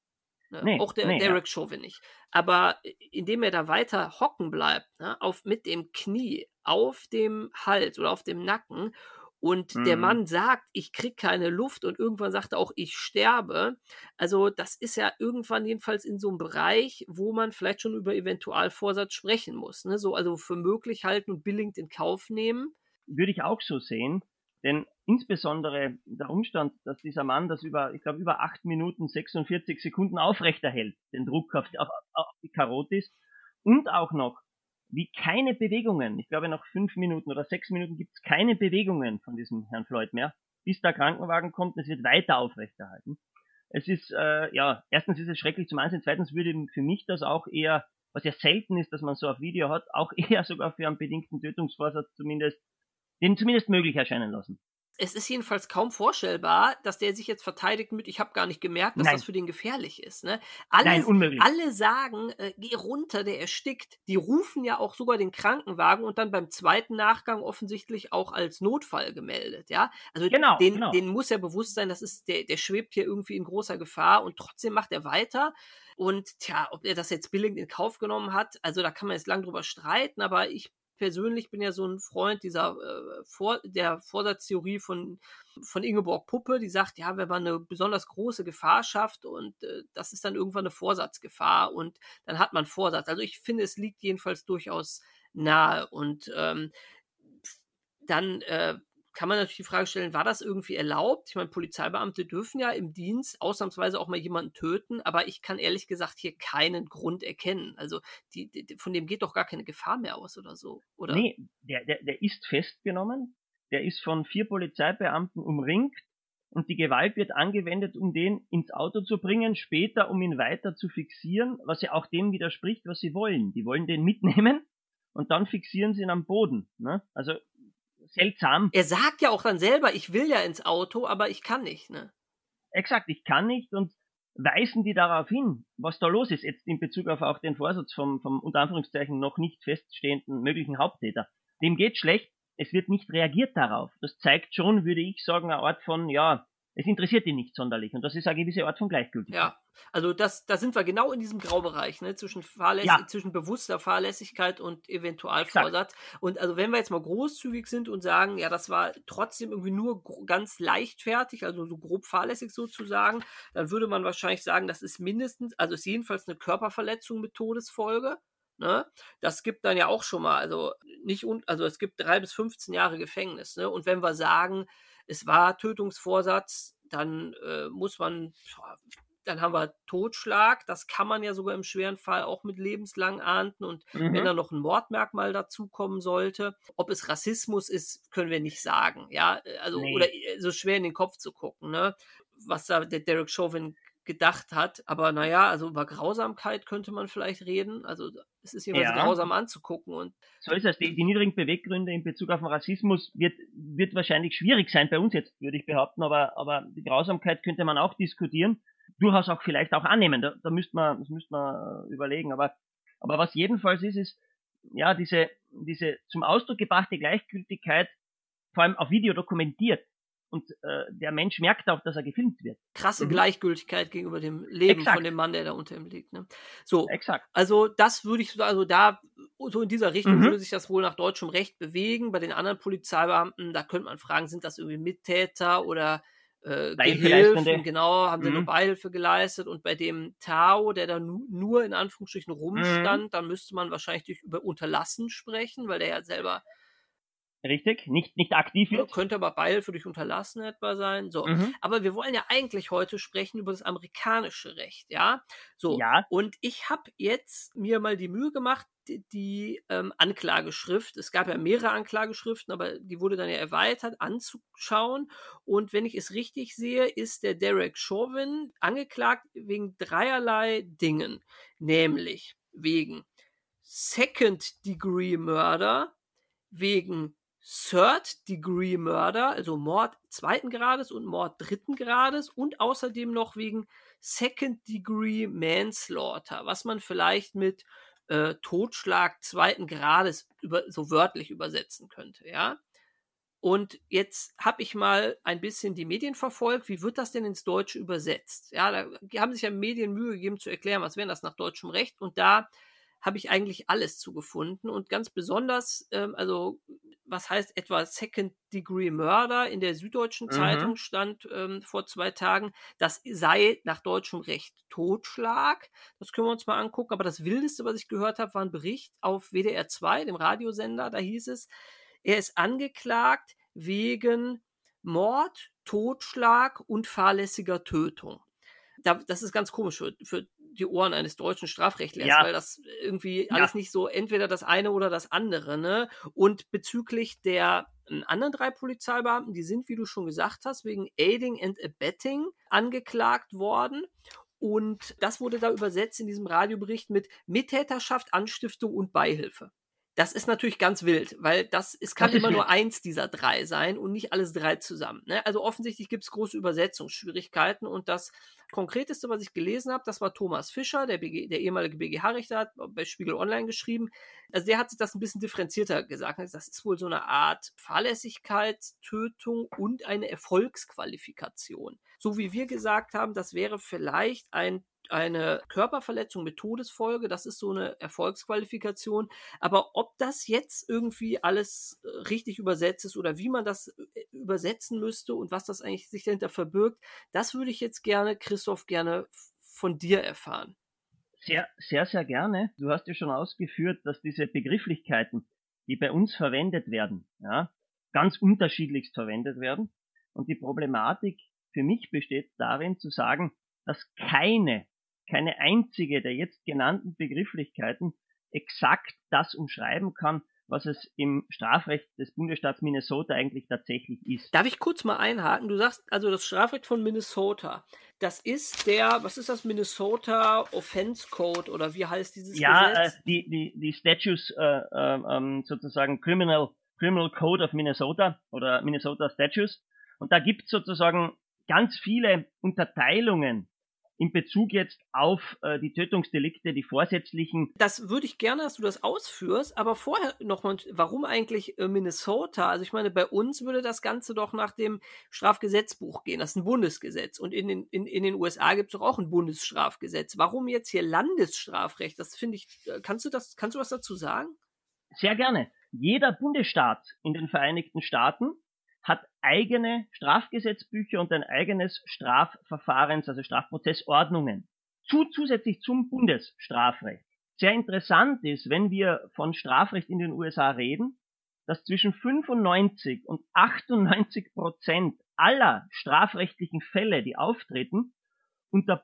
Ne? Nee, Auch der nee, ja. Derek Chauvin nicht. Aber indem er da weiter hocken bleibt, ne, auf, mit dem Knie auf dem Hals oder auf dem Nacken und der Mhm. Mann sagt, ich krieg keine Luft und irgendwann sagt er auch, ich sterbe. Also das ist ja irgendwann jedenfalls in so einem Bereich, wo man vielleicht schon über Eventualvorsatz sprechen muss. Ne? So, also für möglich halten und billigend in Kauf nehmen. Würde ich auch so sehen, denn insbesondere der Umstand, dass dieser Mann das über, ich glaube, über acht Minuten sechsundvierzig Sekunden aufrechterhält, den Druck auf, auf, auf die Karotis, und auch noch, wie keine Bewegungen, ich glaube nach fünf Minuten oder sechs Minuten gibt es keine Bewegungen von diesem Herrn Floyd mehr, bis der Krankenwagen kommt, es wird weiter aufrechterhalten. Es ist, äh, ja, erstens ist es schrecklich zum Ansehen, zweitens würde für mich das auch eher, was ja selten ist, dass man so auf Video hat, auch eher sogar für einen bedingten Tötungsvorsatz zumindest, den zumindest möglich erscheinen lassen. Es ist jedenfalls kaum vorstellbar, dass der sich jetzt verteidigt mit, ich habe gar nicht gemerkt, dass Nein. das für den gefährlich ist. Ne? Alle, Nein, unmöglich. alle sagen, äh, geh runter, der erstickt. Die rufen ja auch sogar den Krankenwagen und dann beim zweiten Nachgang offensichtlich auch als Notfall gemeldet. Ja? Also Genau, den, genau. denen muss ja bewusst sein, das ist, der, der schwebt hier irgendwie in großer Gefahr und trotzdem macht er weiter. Und tja, ob er das jetzt billigend in Kauf genommen hat, also da kann man jetzt lang drüber streiten, aber ich persönlich bin ja so ein Freund dieser äh, Vor der Vorsatztheorie von, von Ingeborg Puppe, die sagt, ja, wenn man eine besonders große Gefahr schafft und äh, das ist dann irgendwann eine Vorsatzgefahr und dann hat man Vorsatz. Also ich finde, es liegt jedenfalls durchaus nahe und ähm, dann äh, kann man natürlich die Frage stellen, war das irgendwie erlaubt? Ich meine, Polizeibeamte dürfen ja im Dienst ausnahmsweise auch mal jemanden töten, aber ich kann ehrlich gesagt hier keinen Grund erkennen. Also die, die, von dem geht doch gar keine Gefahr mehr aus oder so, oder? Nee, der, der, der ist festgenommen, der ist von vier Polizeibeamten umringt und die Gewalt wird angewendet, um den ins Auto zu bringen, später um ihn weiter zu fixieren, was ja auch dem widerspricht, was sie wollen. Die wollen den mitnehmen und dann fixieren sie ihn am Boden. Ne? Also seltsam. Er sagt ja auch dann selber, ich will ja ins Auto, aber ich kann nicht, ne? Exakt, ich kann nicht und weisen die darauf hin, was da los ist, jetzt in Bezug auf auch den Vorsatz vom, vom unter Anführungszeichen noch nicht feststehenden möglichen Haupttäter. Dem geht schlecht, es wird nicht reagiert darauf. Das zeigt schon, würde ich sagen, eine Art von, ja, es interessiert ihn nicht sonderlich und das ist eine gewisse Art von Gleichgültigkeit. Ja, also das, da sind wir genau in diesem Graubereich, ne, zwischen Fahrläss- Ja. zwischen bewusster Fahrlässigkeit und Eventualvorsatz. Exakt. Und also wenn wir jetzt mal großzügig sind und sagen, ja, das war trotzdem irgendwie nur gro- ganz leichtfertig, also so grob fahrlässig sozusagen, dann würde man wahrscheinlich sagen, das ist mindestens, also ist jedenfalls eine Körperverletzung mit Todesfolge. Ne? Das gibt dann ja auch schon mal, also nicht un, also es gibt drei bis fünfzehn Jahre Gefängnis. Ne? Und wenn wir sagen, es war Tötungsvorsatz, dann äh, muss man, dann haben wir Totschlag, das kann man ja sogar im schweren Fall auch mit lebenslang ahnden und mhm. wenn da noch ein Mordmerkmal dazukommen sollte, ob es Rassismus ist, können wir nicht sagen, ja, also nee. Oder so schwer in den Kopf zu gucken, ne, was da der Derek Chauvin gedacht hat, aber naja, also über Grausamkeit könnte man vielleicht reden, also es ist jeweils ja. grausam anzugucken. Und so ist es, die, die niedrigen Beweggründe in Bezug auf den Rassismus wird, wird wahrscheinlich schwierig sein bei uns jetzt, würde ich behaupten, aber, aber die Grausamkeit könnte man auch diskutieren, durchaus auch vielleicht auch annehmen, da, da müsste man, das müsste man überlegen, aber, aber was jedenfalls ist, ist, ja, diese, diese zum Ausdruck gebrachte Gleichgültigkeit, vor allem auf Video dokumentiert. Und äh, der Mensch merkt auch, dass er gefilmt wird. Krasse mhm. Gleichgültigkeit gegenüber dem Leben Exakt. Von dem Mann, der da unter ihm liegt. Ne? So, Exakt. Also das würde ich, also da, so in dieser Richtung mhm. würde sich das wohl nach deutschem Recht bewegen. Bei den anderen Polizeibeamten, da könnte man fragen, sind das irgendwie Mittäter oder äh, Gehilfen? Genau, haben sie mhm. nur Beihilfe geleistet. Und bei dem Tao, der da nu, nur in Anführungsstrichen rumstand, mhm. dann müsste man wahrscheinlich durch, über Unterlassen sprechen, weil der ja selber Richtig, nicht, nicht aktiv wird. Ja, könnte aber Beihilfe durch Unterlassen etwa sein. So. Mhm. Aber wir wollen ja eigentlich heute sprechen über das amerikanische Recht, ja? So. Ja. Und ich habe jetzt mir mal die Mühe gemacht, die, die ähm, Anklageschrift, es gab ja mehrere Anklageschriften, aber die wurde dann ja erweitert, anzuschauen. Und wenn ich es richtig sehe, ist der Derek Chauvin angeklagt wegen dreierlei Dingen. Nämlich wegen Second-Degree-Murder, wegen Third-Degree-Murder, also Mord zweiten Grades und Mord dritten Grades und außerdem noch wegen Second-Degree-Manslaughter, was man vielleicht mit äh, Totschlag zweiten Grades über, so wörtlich übersetzen könnte, ja. Und jetzt habe ich mal ein bisschen die Medien verfolgt. Wie wird das denn ins Deutsche übersetzt? Ja, da haben sich ja Medien Mühe gegeben zu erklären, was wäre das nach deutschem Recht. Und da habe ich eigentlich alles zugefunden und ganz besonders, ähm, also was heißt etwa Second-Degree-Murder, in der Süddeutschen mhm. Zeitung stand ähm, vor zwei Tagen, das sei nach deutschem Recht Totschlag. Das können wir uns mal angucken, aber das Wildeste, was ich gehört habe, war ein Bericht auf W D R zwei, dem Radiosender, da hieß es, er ist angeklagt wegen Mord, Totschlag und fahrlässiger Tötung. Da, das ist ganz komisch für, für die Ohren eines deutschen Strafrechtlers, ja. weil das irgendwie ja. alles nicht so entweder das eine oder das andere, ne? Und bezüglich der anderen drei Polizeibeamten, die sind, wie du schon gesagt hast, wegen Aiding and Abetting angeklagt worden. Und das wurde da übersetzt in diesem Radiobericht mit Mittäterschaft, Anstiftung und Beihilfe. Das ist natürlich ganz wild, weil das es kann das immer nur eins dieser drei sein und nicht alles drei zusammen. Ne? Also offensichtlich gibt es große Übersetzungsschwierigkeiten und das Konkreteste, was ich gelesen habe, das war Thomas Fischer, der, B G, der ehemalige B G H-Richter, hat bei Spiegel Online geschrieben. Also der hat sich das ein bisschen differenzierter gesagt. Das ist wohl so eine Art Fahrlässigkeitstötung und eine Erfolgsqualifikation. So wie wir gesagt haben, das wäre vielleicht ein eine Körperverletzung mit Todesfolge, das ist so eine Erfolgsqualifikation, aber ob das jetzt irgendwie alles richtig übersetzt ist oder wie man das übersetzen müsste und was das eigentlich sich dahinter verbirgt, das würde ich jetzt gerne, Christoph, gerne von dir erfahren. Sehr, sehr, sehr gerne. Du hast ja schon ausgeführt, dass diese Begrifflichkeiten, die bei uns verwendet werden, ja, ganz unterschiedlichst verwendet werden. Und die Problematik für mich besteht darin zu sagen, dass keine, keine einzige der jetzt genannten Begrifflichkeiten exakt das umschreiben kann, was es im Strafrecht des Bundesstaats Minnesota eigentlich tatsächlich ist. Darf ich kurz mal einhaken? Du sagst, also das Strafrecht von Minnesota, das ist der, was ist das, Minnesota Offense Code oder wie heißt dieses ja, Gesetz? Ja, äh, die, die, die Statutes, äh, äh, sozusagen Criminal, Criminal Code of Minnesota oder Minnesota Statutes. Und da gibt es sozusagen ganz viele Unterteilungen in Bezug jetzt auf äh, die Tötungsdelikte, die vorsätzlichen. Das würde ich gerne, dass du das ausführst, aber vorher nochmal, warum eigentlich äh, Minnesota? Also ich meine, bei uns würde das Ganze doch nach dem Strafgesetzbuch gehen. Das ist ein Bundesgesetz. Und in den, in, in den U S A gibt es doch auch ein Bundesstrafgesetz. Warum jetzt hier Landesstrafrecht? Das finde ich, kannst du das, kannst du was dazu sagen? Sehr gerne. Jeder Bundesstaat in den Vereinigten Staaten hat eigene Strafgesetzbücher und ein eigenes Strafverfahrens-, also Strafprozessordnungen. Zu, zusätzlich zum Bundesstrafrecht. Sehr interessant ist, wenn wir von Strafrecht in den U S A reden, dass zwischen fünfundneunzig und achtundneunzig Prozent aller strafrechtlichen Fälle, die auftreten, unter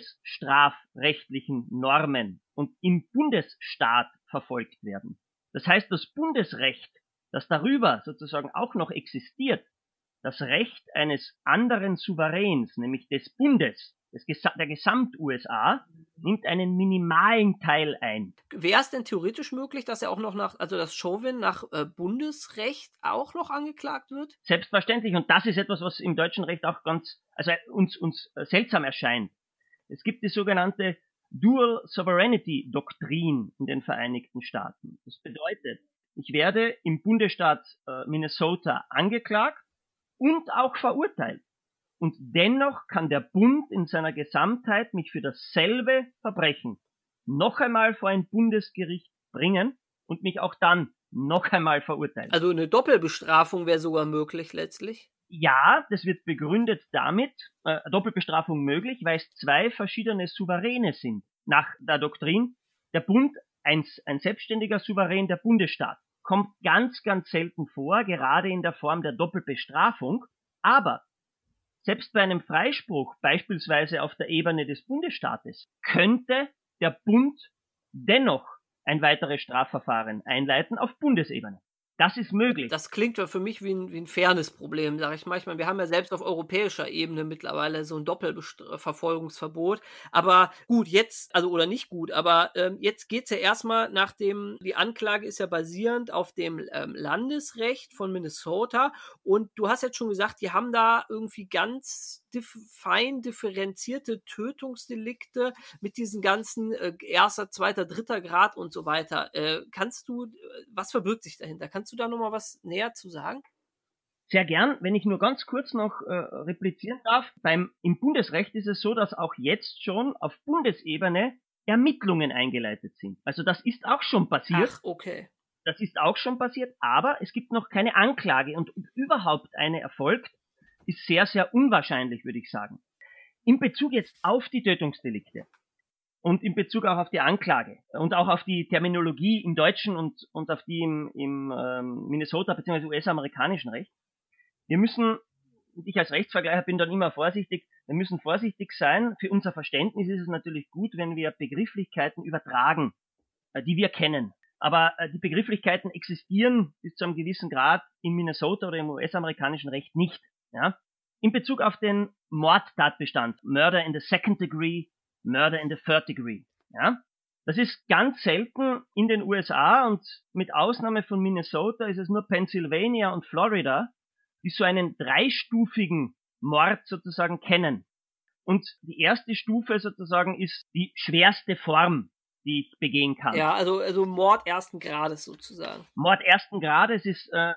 bundesstrafrechtlichen Normen und im Bundesstaat verfolgt werden. Das heißt, das Bundesrecht, das darüber sozusagen auch noch existiert, das Recht eines anderen Souveräns, nämlich des Bundes, des, der Gesamt-U S A, nimmt einen minimalen Teil ein. Wäre es denn theoretisch möglich, dass er auch noch nach, also dass Chauvin nach äh, Bundesrecht auch noch angeklagt wird? Selbstverständlich, und das ist etwas, was im deutschen Recht auch ganz, also uns, uns äh, seltsam erscheint. Es gibt die sogenannte Dual Sovereignty Doktrin in den Vereinigten Staaten. Das bedeutet, ich werde im Bundesstaat äh, Minnesota angeklagt und auch verurteilt. Und dennoch kann der Bund in seiner Gesamtheit mich für dasselbe Verbrechen noch einmal vor ein Bundesgericht bringen und mich auch dann noch einmal verurteilen. Also eine Doppelbestrafung wäre sogar möglich letztlich? Ja, das wird begründet damit, äh, Doppelbestrafung möglich, weil es zwei verschiedene Souveräne sind. Nach der Doktrin, der Bund, ein, ein selbstständiger Souverän, der Bundesstaat. Kommt ganz, ganz selten vor, gerade in der Form der Doppelbestrafung. Aber selbst bei einem Freispruch, beispielsweise auf der Ebene des Bundesstaates, könnte der Bund dennoch ein weiteres Strafverfahren einleiten auf Bundesebene. Das ist möglich. Das klingt ja für mich wie ein, wie ein Fairness-Problem, sage ich manchmal. Wir haben ja selbst auf europäischer Ebene mittlerweile so ein Doppelverfolgungsverbot. Aber gut, jetzt, also oder nicht gut, aber ähm, jetzt geht's ja erstmal nach dem, die Anklage ist ja basierend auf dem ähm, Landesrecht von Minnesota. Und du hast jetzt schon gesagt, die haben da irgendwie ganz diff- fein differenzierte Tötungsdelikte mit diesen ganzen äh, erster, zweiter, dritter Grad und so weiter. Äh, kannst du, was verbirgt sich dahinter? Kannst du da nochmal was näher zu sagen? Sehr gern. Wenn ich nur ganz kurz noch äh, replizieren darf. Beim, im Bundesrecht ist es so, dass auch jetzt schon auf Bundesebene Ermittlungen eingeleitet sind. Also das ist auch schon passiert. Ach, okay. Das ist auch schon passiert, aber es gibt noch keine Anklage und ob überhaupt eine erfolgt, ist sehr, sehr unwahrscheinlich, würde ich sagen. In Bezug jetzt auf die Tötungsdelikte und in Bezug auch auf die Anklage und auch auf die Terminologie im deutschen und, und auf die im, im ähm, Minnesota bzw. U S-amerikanischen Recht. Wir müssen, und ich als Rechtsvergleicher bin dann immer vorsichtig, wir müssen vorsichtig sein. Für unser Verständnis ist es natürlich gut, wenn wir Begrifflichkeiten übertragen, äh, die wir kennen. Aber äh, die Begrifflichkeiten existieren bis zu einem gewissen Grad in Minnesota oder im U S-amerikanischen Recht nicht. Ja? In Bezug auf den Mordtatbestand, Murder in the second degree, Murder in the third degree. Ja? Das ist ganz selten in den U S A und mit Ausnahme von Minnesota ist es nur Pennsylvania und Florida, die so einen dreistufigen Mord sozusagen kennen. Und die erste Stufe sozusagen ist die schwerste Form, die ich begehen kann. Ja, also, also Mord ersten Grades sozusagen. Mord ersten Grades ist... Äh,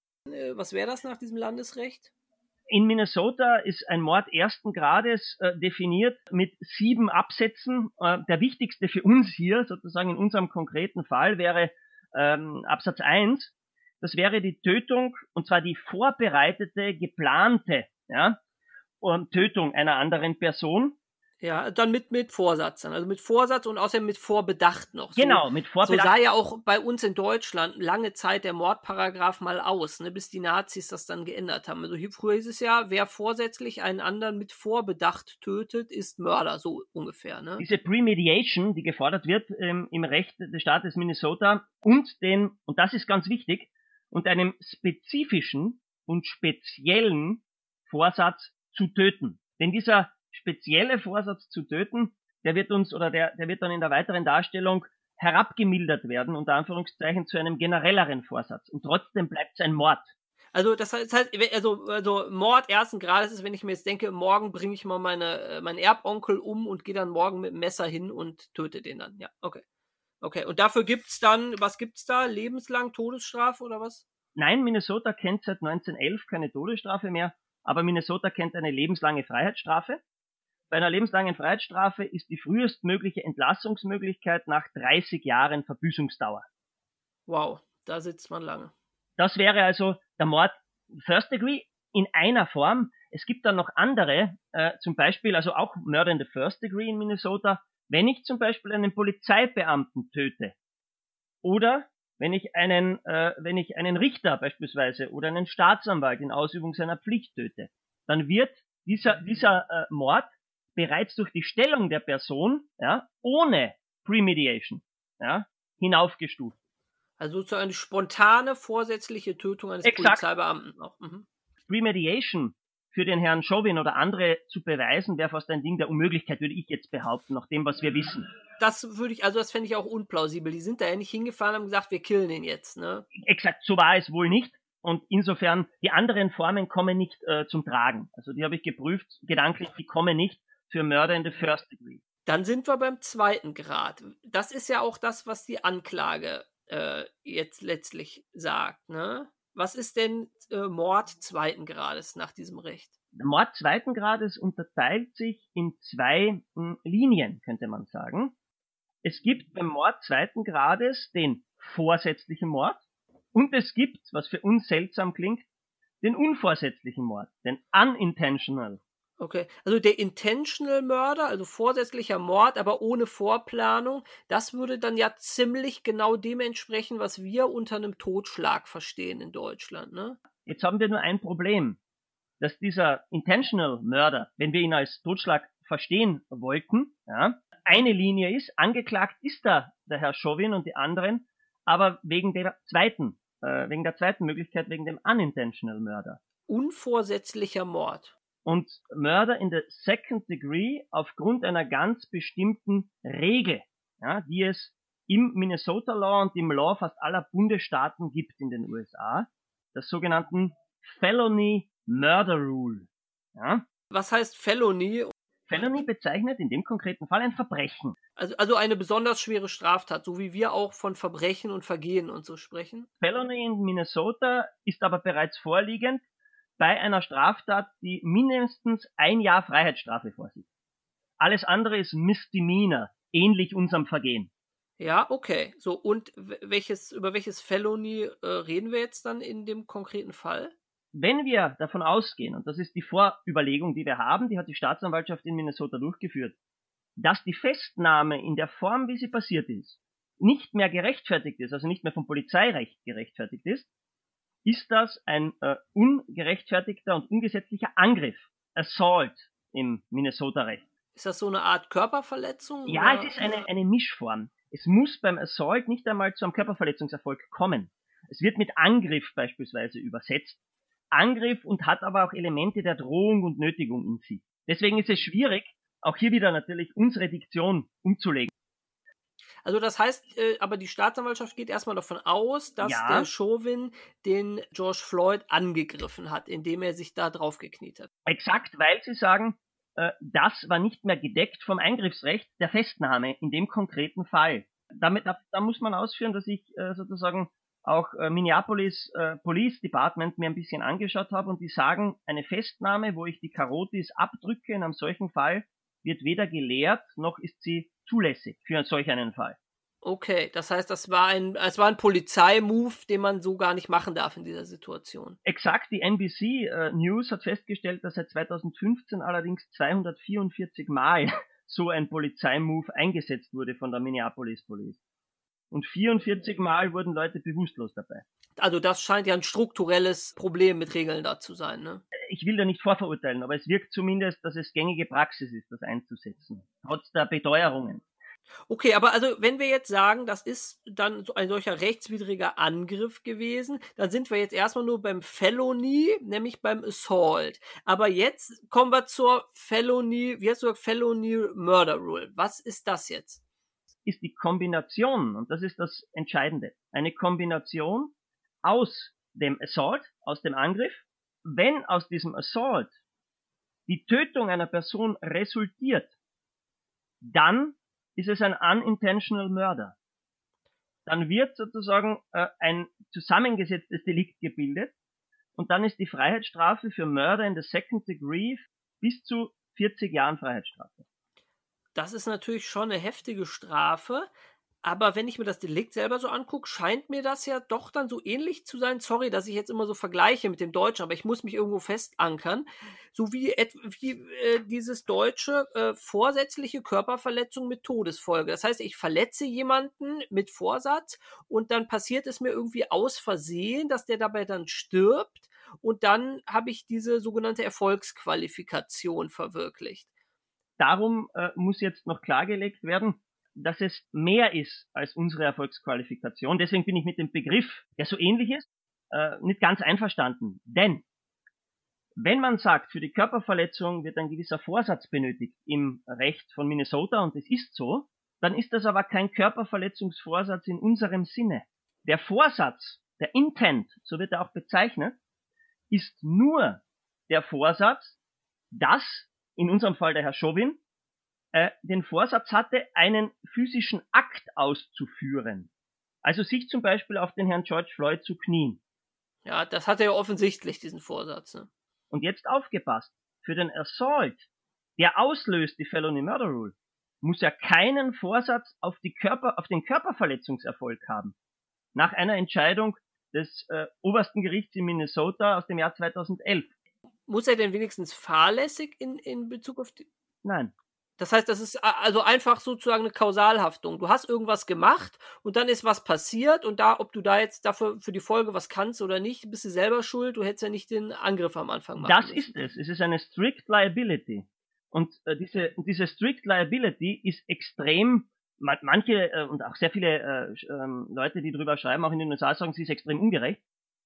Was wäre das nach diesem Landesrecht? In Minnesota ist ein Mord ersten Grades äh, definiert mit sieben Absätzen. Äh, der wichtigste für uns hier, sozusagen in unserem konkreten Fall, wäre ähm, Absatz eins. Das wäre die Tötung, und zwar die vorbereitete, geplante ja, Tötung einer anderen Person Ja, dann mit, mit Vorsatz dann. Also mit Vorsatz und außerdem mit Vorbedacht noch. Genau, so, mit Vorbedacht. So sah ja auch bei uns in Deutschland lange Zeit der Mordparagraph mal aus, ne, bis die Nazis das dann geändert haben. Also hier, früher hieß es ja, wer vorsätzlich einen anderen mit Vorbedacht tötet, ist Mörder, so ungefähr. Ne? Diese Premediation, die gefordert wird ähm, im Recht des Staates Minnesota und den, und das ist ganz wichtig, und einem spezifischen und speziellen Vorsatz zu töten. Denn dieser spezielle Vorsatz zu töten, der wird uns oder der, der wird dann in der weiteren Darstellung herabgemildert werden, unter Anführungszeichen zu einem generelleren Vorsatz. Und trotzdem bleibt es ein Mord. Also das heißt, also, also Mord ersten Grades ist, wenn ich mir jetzt denke, morgen bringe ich mal meine, meinen Erbonkel um und gehe dann morgen mit dem Messer hin und töte den dann. Ja, okay. Okay, und dafür gibt's dann, was gibt's da? Lebenslang Todesstrafe oder was? Nein, Minnesota kennt seit neunzehnhundertelf keine Todesstrafe mehr, aber Minnesota kennt eine lebenslange Freiheitsstrafe. Bei einer lebenslangen Freiheitsstrafe ist die frühestmögliche Entlassungsmöglichkeit nach dreißig Jahren Verbüßungsdauer. Wow, da sitzt man lange. Das wäre also der Mord First Degree in einer Form. Es gibt dann noch andere, äh, zum Beispiel also auch Murder in the First Degree in Minnesota, wenn ich zum Beispiel einen Polizeibeamten töte oder wenn ich einen, äh, wenn ich einen Richter beispielsweise oder einen Staatsanwalt in Ausübung seiner Pflicht töte, dann wird dieser, dieser äh, Mord bereits durch die Stellung der Person, ja, ohne Premediation, ja, hinaufgestuft. Also sozusagen eine spontane, vorsätzliche Tötung eines Exakt. Polizeibeamten auch. Mhm. Premediation für den Herrn Chauvin oder andere zu beweisen, wäre fast ein Ding der Unmöglichkeit, würde ich jetzt behaupten, nach dem, was wir wissen. Das würde ich, also das fände ich auch unplausibel. Die sind da ja nicht hingefahren und haben gesagt, wir killen ihn jetzt, ne? Exakt, so war es wohl nicht. Und insofern, die anderen Formen kommen nicht äh, zum Tragen. Also die habe ich geprüft, gedanklich, die kommen nicht für Murder in the First Degree. Dann sind wir beim zweiten Grad. Das ist ja auch das, was die Anklage äh, jetzt letztlich sagt, ne? Was ist denn äh, Mord zweiten Grades nach diesem Recht? Der Mord zweiten Grades unterteilt sich in zwei mh, Linien, könnte man sagen. Es gibt beim Mord zweiten Grades den vorsätzlichen Mord und es gibt, was für uns seltsam klingt, den unvorsätzlichen Mord, den unintentional. Okay, also der Intentional Murder, also vorsätzlicher Mord, aber ohne Vorplanung, das würde dann ja ziemlich genau dem entsprechen, was wir unter einem Totschlag verstehen in Deutschland, ne? Jetzt haben wir nur ein Problem, dass dieser Intentional Murder, wenn wir ihn als Totschlag verstehen wollten, ja, eine Linie ist, angeklagt ist da der Herr Chauvin und die anderen, aber wegen der zweiten, äh, wegen der zweiten Möglichkeit, wegen dem Unintentional Murder. Unvorsätzlicher Mord. Und Murder in the Second Degree aufgrund einer ganz bestimmten Regel, ja, die es im Minnesota Law und im Law fast aller Bundesstaaten gibt in den U S A, das sogenannten Felony Murder Rule. Ja. Was heißt Felony? Felony bezeichnet in dem konkreten Fall ein Verbrechen. Also, also eine besonders schwere Straftat, so wie wir auch von Verbrechen und Vergehen und so sprechen. Felony in Minnesota ist aber bereits vorliegend bei einer Straftat, die mindestens ein Jahr Freiheitsstrafe vorsieht. Alles andere ist Misdemeanor, ähnlich unserem Vergehen. Ja, okay. So, und welches, über welches Felony äh, reden wir jetzt dann in dem konkreten Fall? Wenn wir davon ausgehen, und das ist die Vorüberlegung, die wir haben, die hat die Staatsanwaltschaft in Minnesota durchgeführt, dass die Festnahme in der Form, wie sie passiert ist, nicht mehr gerechtfertigt ist, also nicht mehr vom Polizeirecht gerechtfertigt ist, ist das ein äh, ungerechtfertigter und ungesetzlicher Angriff, Assault im Minnesota-Recht. Ist das so eine Art Körperverletzung? Ja, oder? Es ist eine, eine Mischform. Es muss beim Assault nicht einmal zu einem Körperverletzungserfolg kommen. Es wird mit Angriff beispielsweise übersetzt. Angriff und hat aber auch Elemente der Drohung und Nötigung in sich. Deswegen ist es schwierig, auch hier wieder natürlich unsere Diktion umzulegen. Also das heißt, äh, aber die Staatsanwaltschaft geht erstmal davon aus, dass Ja. der Chauvin den George Floyd angegriffen hat, indem er sich da draufgekniet hat. Exakt, weil sie sagen, äh, das war nicht mehr gedeckt vom Eingriffsrecht der Festnahme in dem konkreten Fall. Damit, da, da muss man ausführen, dass ich äh, sozusagen auch äh, Minneapolis äh, Police Department mir ein bisschen angeschaut habe und die sagen, eine Festnahme, wo ich die Karotis abdrücke in einem solchen Fall, wird weder gelehrt, noch ist sie zulässig für solch einen Fall. Okay, das heißt, das war ein, es war ein Polizeimove, den man so gar nicht machen darf in dieser Situation. Exakt, die N B C äh, News hat festgestellt, dass seit zweitausendfünfzehn allerdings zweihundertvierundvierzig Mal so ein Polizeimove eingesetzt wurde von der Minneapolis Police. Und vierundvierzig Mal wurden Leute bewusstlos dabei. Also das scheint ja ein strukturelles Problem mit Regeln da zu sein, ne? Ich will da nicht vorverurteilen, aber es wirkt zumindest, dass es gängige Praxis ist, das einzusetzen. Trotz der Beteuerungen. Okay, aber also wenn wir jetzt sagen, das ist dann so ein solcher rechtswidriger Angriff gewesen, dann sind wir jetzt erstmal nur beim Felony, nämlich beim Assault. Aber jetzt kommen wir zur Felony, wie heißt du, Felony Murder Rule. Was ist das jetzt? Ist die Kombination, und das ist das Entscheidende, eine Kombination aus dem Assault, aus dem Angriff. Wenn aus diesem Assault die Tötung einer Person resultiert, dann ist es ein unintentional murder. Dann wird sozusagen äh, ein zusammengesetztes Delikt gebildet und dann ist die Freiheitsstrafe für Murder in the second degree bis zu vierzig Jahren Freiheitsstrafe. Das ist natürlich schon eine heftige Strafe, aber wenn ich mir das Delikt selber so angucke, scheint mir das ja doch dann so ähnlich zu sein. Sorry, dass ich jetzt immer so vergleiche mit dem Deutschen, aber ich muss mich irgendwo festankern. So wie, wie äh, dieses deutsche äh, vorsätzliche Körperverletzung mit Todesfolge. Das heißt, ich verletze jemanden mit Vorsatz und dann passiert es mir irgendwie aus Versehen, dass der dabei dann stirbt und dann habe ich diese sogenannte Erfolgsqualifikation verwirklicht. Darum äh, muss jetzt noch klargelegt werden, dass es mehr ist als unsere Erfolgsqualifikation. Deswegen bin ich mit dem Begriff, der so ähnlich ist, äh, nicht ganz einverstanden. Denn wenn man sagt, für die Körperverletzung wird ein gewisser Vorsatz benötigt im Recht von Minnesota, und es ist so, dann ist das aber kein Körperverletzungsvorsatz in unserem Sinne. Der Vorsatz, der Intent, so wird er auch bezeichnet, ist nur der Vorsatz, dass, in unserem Fall der Herr Chauvin, äh, den Vorsatz hatte, einen physischen Akt auszuführen. Also sich zum Beispiel auf den Herrn George Floyd zu knien. Ja, das hat er ja offensichtlich, diesen Vorsatz. Ne? Und jetzt aufgepasst, für den Assault, der auslöst die Felony Murder Rule, muss er keinen Vorsatz auf, die Körper, auf den Körperverletzungserfolg haben. Nach einer Entscheidung des äh, obersten Gerichts in Minnesota aus dem Jahr zweitausendelf. Muss er denn wenigstens fahrlässig in, in Bezug auf die... Nein. Das heißt, das ist also einfach sozusagen eine Kausalhaftung. Du hast irgendwas gemacht und dann ist was passiert und da, ob du da jetzt dafür für die Folge was kannst oder nicht, bist du selber schuld. Du hättest ja nicht den Angriff am Anfang machen Das müssen. ist es. Es ist eine strict liability. Und äh, diese, diese strict liability ist extrem, manche äh, und auch sehr viele äh, äh, Leute, die drüber schreiben, auch in den U S A, sagen, sie ist extrem ungerecht.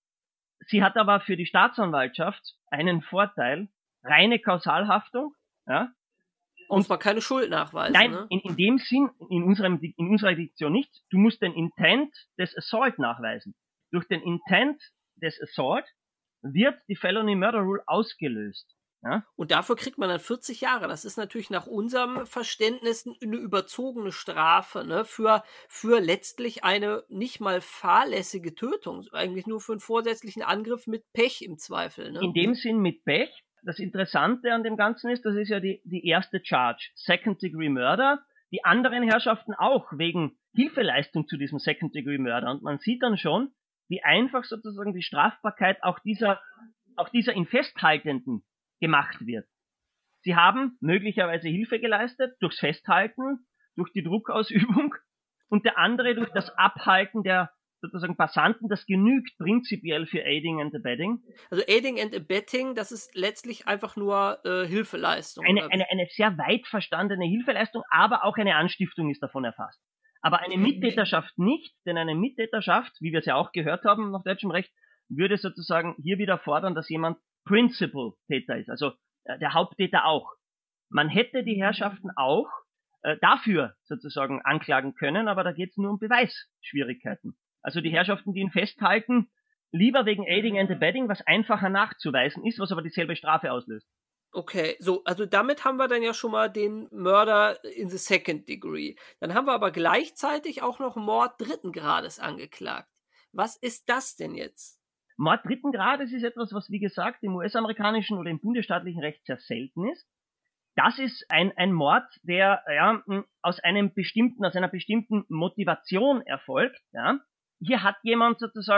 Sie hat aber für die Staatsanwaltschaft einen Vorteil, reine Kausalhaftung, ja. Und muss man keine Schuld nachweisen. Nein, ne? in, in dem Sinn, in, unserem, in unserer Diktion nicht. Du musst den Intent des Assault nachweisen. Durch den Intent des Assault wird die Felony Murder Rule ausgelöst. Ja? Und dafür kriegt man dann vierzig Jahre. Das ist natürlich nach unserem Verständnis eine überzogene Strafe, ne? für, für letztlich eine nicht mal fahrlässige Tötung. Eigentlich nur für einen vorsätzlichen Angriff mit Pech im Zweifel. Ne? In dem Sinn mit Pech. Das Interessante an dem Ganzen ist, das ist ja die, die erste Charge, Second Degree Murder. Die anderen Herrschaften auch wegen Hilfeleistung zu diesem Second Degree Murder. Und man sieht dann schon, wie einfach sozusagen die Strafbarkeit auch dieser, auch dieser in Festhaltenden gemacht wird. Sie haben möglicherweise Hilfe geleistet durchs Festhalten, durch die Druckausübung und der andere durch das Abhalten der sozusagen Passanten. Das genügt prinzipiell für Aiding and Abetting. Also Aiding and Abetting, das ist letztlich einfach nur äh, Hilfeleistung. Eine, eine, eine sehr weit verstandene Hilfeleistung, aber auch eine Anstiftung ist davon erfasst. Aber eine Mittäterschaft nicht, denn eine Mittäterschaft, wie wir es ja auch gehört haben nach deutschem Recht, würde sozusagen hier wieder fordern, dass jemand Principal-Täter ist, also äh, der Haupttäter auch. Man hätte die Herrschaften auch äh, dafür sozusagen anklagen können, aber da geht es nur um Beweisschwierigkeiten. Also die Herrschaften, die ihn festhalten, lieber wegen Aiding and Abetting, was einfacher nachzuweisen ist, was aber dieselbe Strafe auslöst. Okay, so, also damit haben wir dann ja schon mal den Murder in the second degree. Dann haben wir aber gleichzeitig auch noch Mord dritten Grades angeklagt. Was ist das denn jetzt? Mord dritten Grades ist etwas, was wie gesagt im U S-amerikanischen oder im bundesstaatlichen Recht sehr selten ist. Das ist ein, ein Mord, der ja, aus einem bestimmten, aus einer bestimmten Motivation erfolgt. Ja. Hier hat jemand sozusagen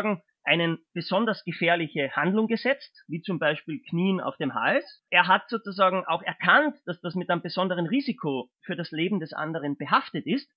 eine besonders gefährliche Handlung gesetzt, wie zum Beispiel Knien auf dem Hals. Er hat sozusagen auch erkannt, dass das mit einem besonderen Risiko für das Leben des anderen behaftet ist.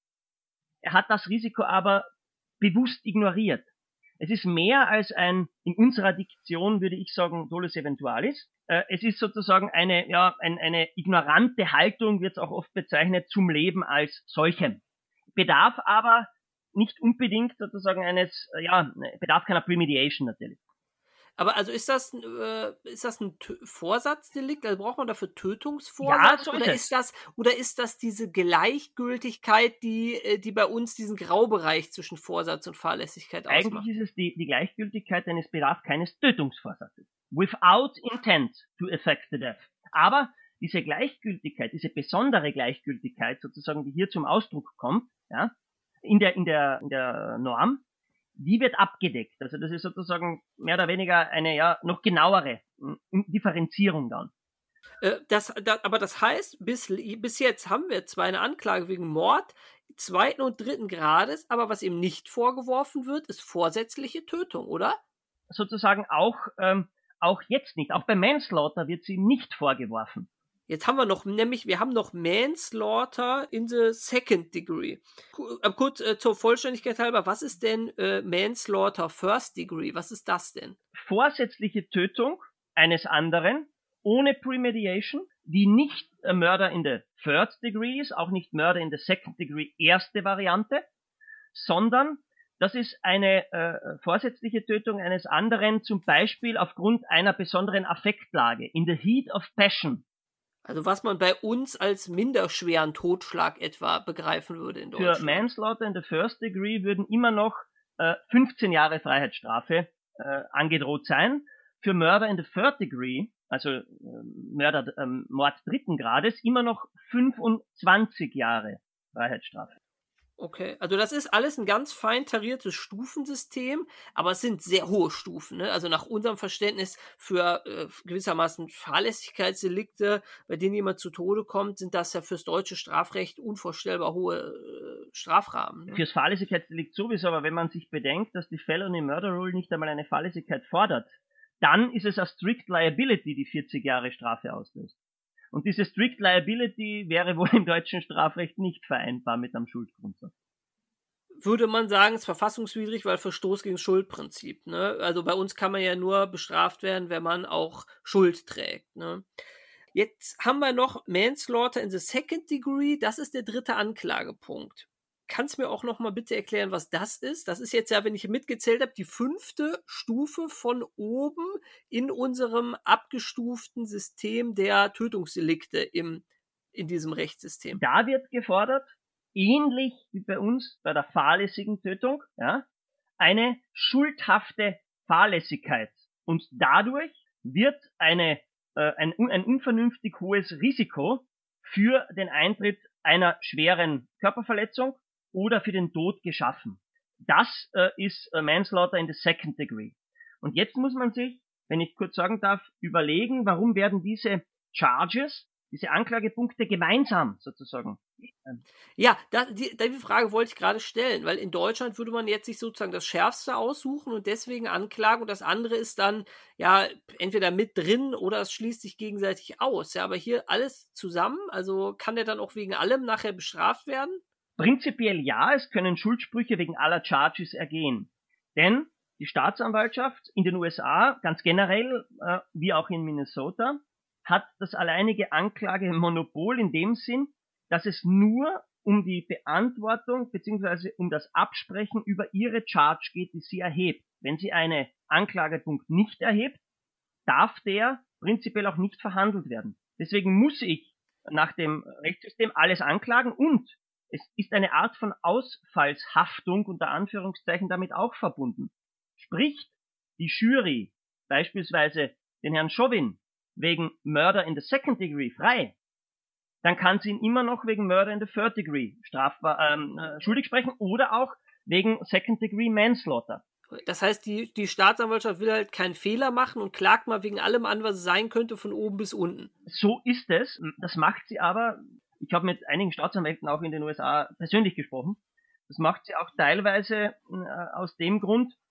Er hat das Risiko aber bewusst ignoriert. Es ist mehr als ein, in unserer Diktion würde ich sagen, dolus eventualis. Äh, es ist sozusagen eine, ja, ein, eine ignorante Haltung, wird es auch oft bezeichnet, zum Leben als solchem. Bedarf aber nicht unbedingt sozusagen eines, ja, bedarf keiner Premediation natürlich. Aber also ist das, äh, ist das ein T- Vorsatzdelikt? Also braucht man dafür Tötungsvorsatz? Ja, so ist oder es. ist das, oder ist das diese Gleichgültigkeit, die, äh, die bei uns diesen Graubereich zwischen Vorsatz und Fahrlässigkeit ausmacht? Eigentlich ist es die, die Gleichgültigkeit, denn es bedarf keines Tötungsvorsatzes. Without intent to effect the death. Aber diese Gleichgültigkeit, diese besondere Gleichgültigkeit sozusagen, die hier zum Ausdruck kommt, ja, in der, in der, in der Norm, die wird abgedeckt. Also das ist sozusagen mehr oder weniger eine, ja, noch genauere Differenzierung dann. Äh, das, das, aber das heißt, bis, bis jetzt haben wir zwar eine Anklage wegen Mord zweiten und dritten Grades, aber was ihm nicht vorgeworfen wird, ist vorsätzliche Tötung, oder? Sozusagen auch, ähm, auch jetzt nicht. Auch bei Manslaughter wird sie ihm nicht vorgeworfen. Jetzt haben wir noch, nämlich, wir haben noch Manslaughter in the second degree. Kurz äh, zur Vollständigkeit halber, was ist denn äh, Manslaughter first degree? Was ist das denn? Vorsätzliche Tötung eines anderen ohne Premediation, die nicht äh, Murder in the third degree ist, auch nicht Murder in the second degree, erste Variante, sondern das ist eine äh, vorsätzliche Tötung eines anderen, zum Beispiel aufgrund einer besonderen Affektlage, in the heat of passion. Also was man bei uns als minderschweren Totschlag etwa begreifen würde in Deutschland. Für Manslaughter in the first degree würden immer noch äh, fünfzehn Jahre Freiheitsstrafe äh, angedroht sein. Für Murder in the third degree, also äh, Mörder, äh, Mord dritten Grades, immer noch fünfundzwanzig Jahre Freiheitsstrafe. Okay, also das ist alles ein ganz fein tariertes Stufensystem, aber es sind sehr hohe Stufen, ne? Also nach unserem Verständnis für äh, gewissermaßen Fahrlässigkeitsdelikte, bei denen jemand zu Tode kommt, sind das ja fürs deutsche Strafrecht unvorstellbar hohe äh, Strafrahmen. Ne? Fürs Fahrlässigkeitsdelikt sowieso, aber wenn man sich bedenkt, dass die Felony Murder Rule nicht einmal eine Fahrlässigkeit fordert, dann ist es a Strict Liability, die vierzig Jahre Strafe auslöst. Und diese Strict Liability wäre wohl im deutschen Strafrecht nicht vereinbar mit einem Schuldgrundsatz. Würde man sagen, ist verfassungswidrig, weil Verstoß gegen das Schuldprinzip. Ne? Also bei uns kann man ja nur bestraft werden, wenn man auch Schuld trägt. Ne? Jetzt haben wir noch Manslaughter in the second degree. Das ist der dritte Anklagepunkt. Kannst du mir auch noch mal bitte erklären, was das ist? Das ist jetzt ja, wenn ich mitgezählt habe, die fünfte Stufe von oben in unserem abgestuften System der Tötungsdelikte im, in diesem Rechtssystem. Da wird gefordert, ähnlich wie bei uns bei der fahrlässigen Tötung, ja, eine schuldhafte Fahrlässigkeit. Und dadurch wird eine, äh, ein, ein unvernünftig hohes Risiko für den Eintritt einer schweren Körperverletzung oder für den Tod geschaffen. Das äh, ist äh, Manslaughter in the second degree. Und jetzt muss man sich, wenn ich kurz sagen darf, überlegen, warum werden diese Charges, diese Anklagepunkte gemeinsam sozusagen. Ja, da, die, die Frage wollte ich gerade stellen, weil in Deutschland würde man jetzt sich sozusagen das Schärfste aussuchen und deswegen anklagen und das andere ist dann ja entweder mit drin oder es schließt sich gegenseitig aus. Ja, aber hier alles zusammen, also kann der dann auch wegen allem nachher bestraft werden? Prinzipiell ja, es können Schuldsprüche wegen aller Charges ergehen. Denn die Staatsanwaltschaft in den U S A, ganz generell, äh, wie auch in Minnesota, hat das alleinige Anklagemonopol in dem Sinn, dass es nur um die Beantwortung bzw. um das Absprechen über ihre Charge geht, die sie erhebt. Wenn sie einen Anklagepunkt nicht erhebt, darf der prinzipiell auch nicht verhandelt werden. Deswegen muss ich nach dem Rechtssystem alles anklagen und es ist eine Art von Ausfallshaftung unter Anführungszeichen damit auch verbunden. Spricht die Jury beispielsweise den Herrn Chauvin wegen Murder in the second degree frei, dann kann sie ihn immer noch wegen Murder in the third degree strafbar, ähm, äh, schuldig sprechen oder auch wegen second degree Manslaughter. Das heißt, die, die Staatsanwaltschaft will halt keinen Fehler machen und klagt mal wegen allem an, was es sein könnte, von oben bis unten. So ist es. Das macht sie aber, ich habe mit einigen Staatsanwälten auch in den U S A persönlich gesprochen, das macht sie auch teilweise äh, aus dem Grund,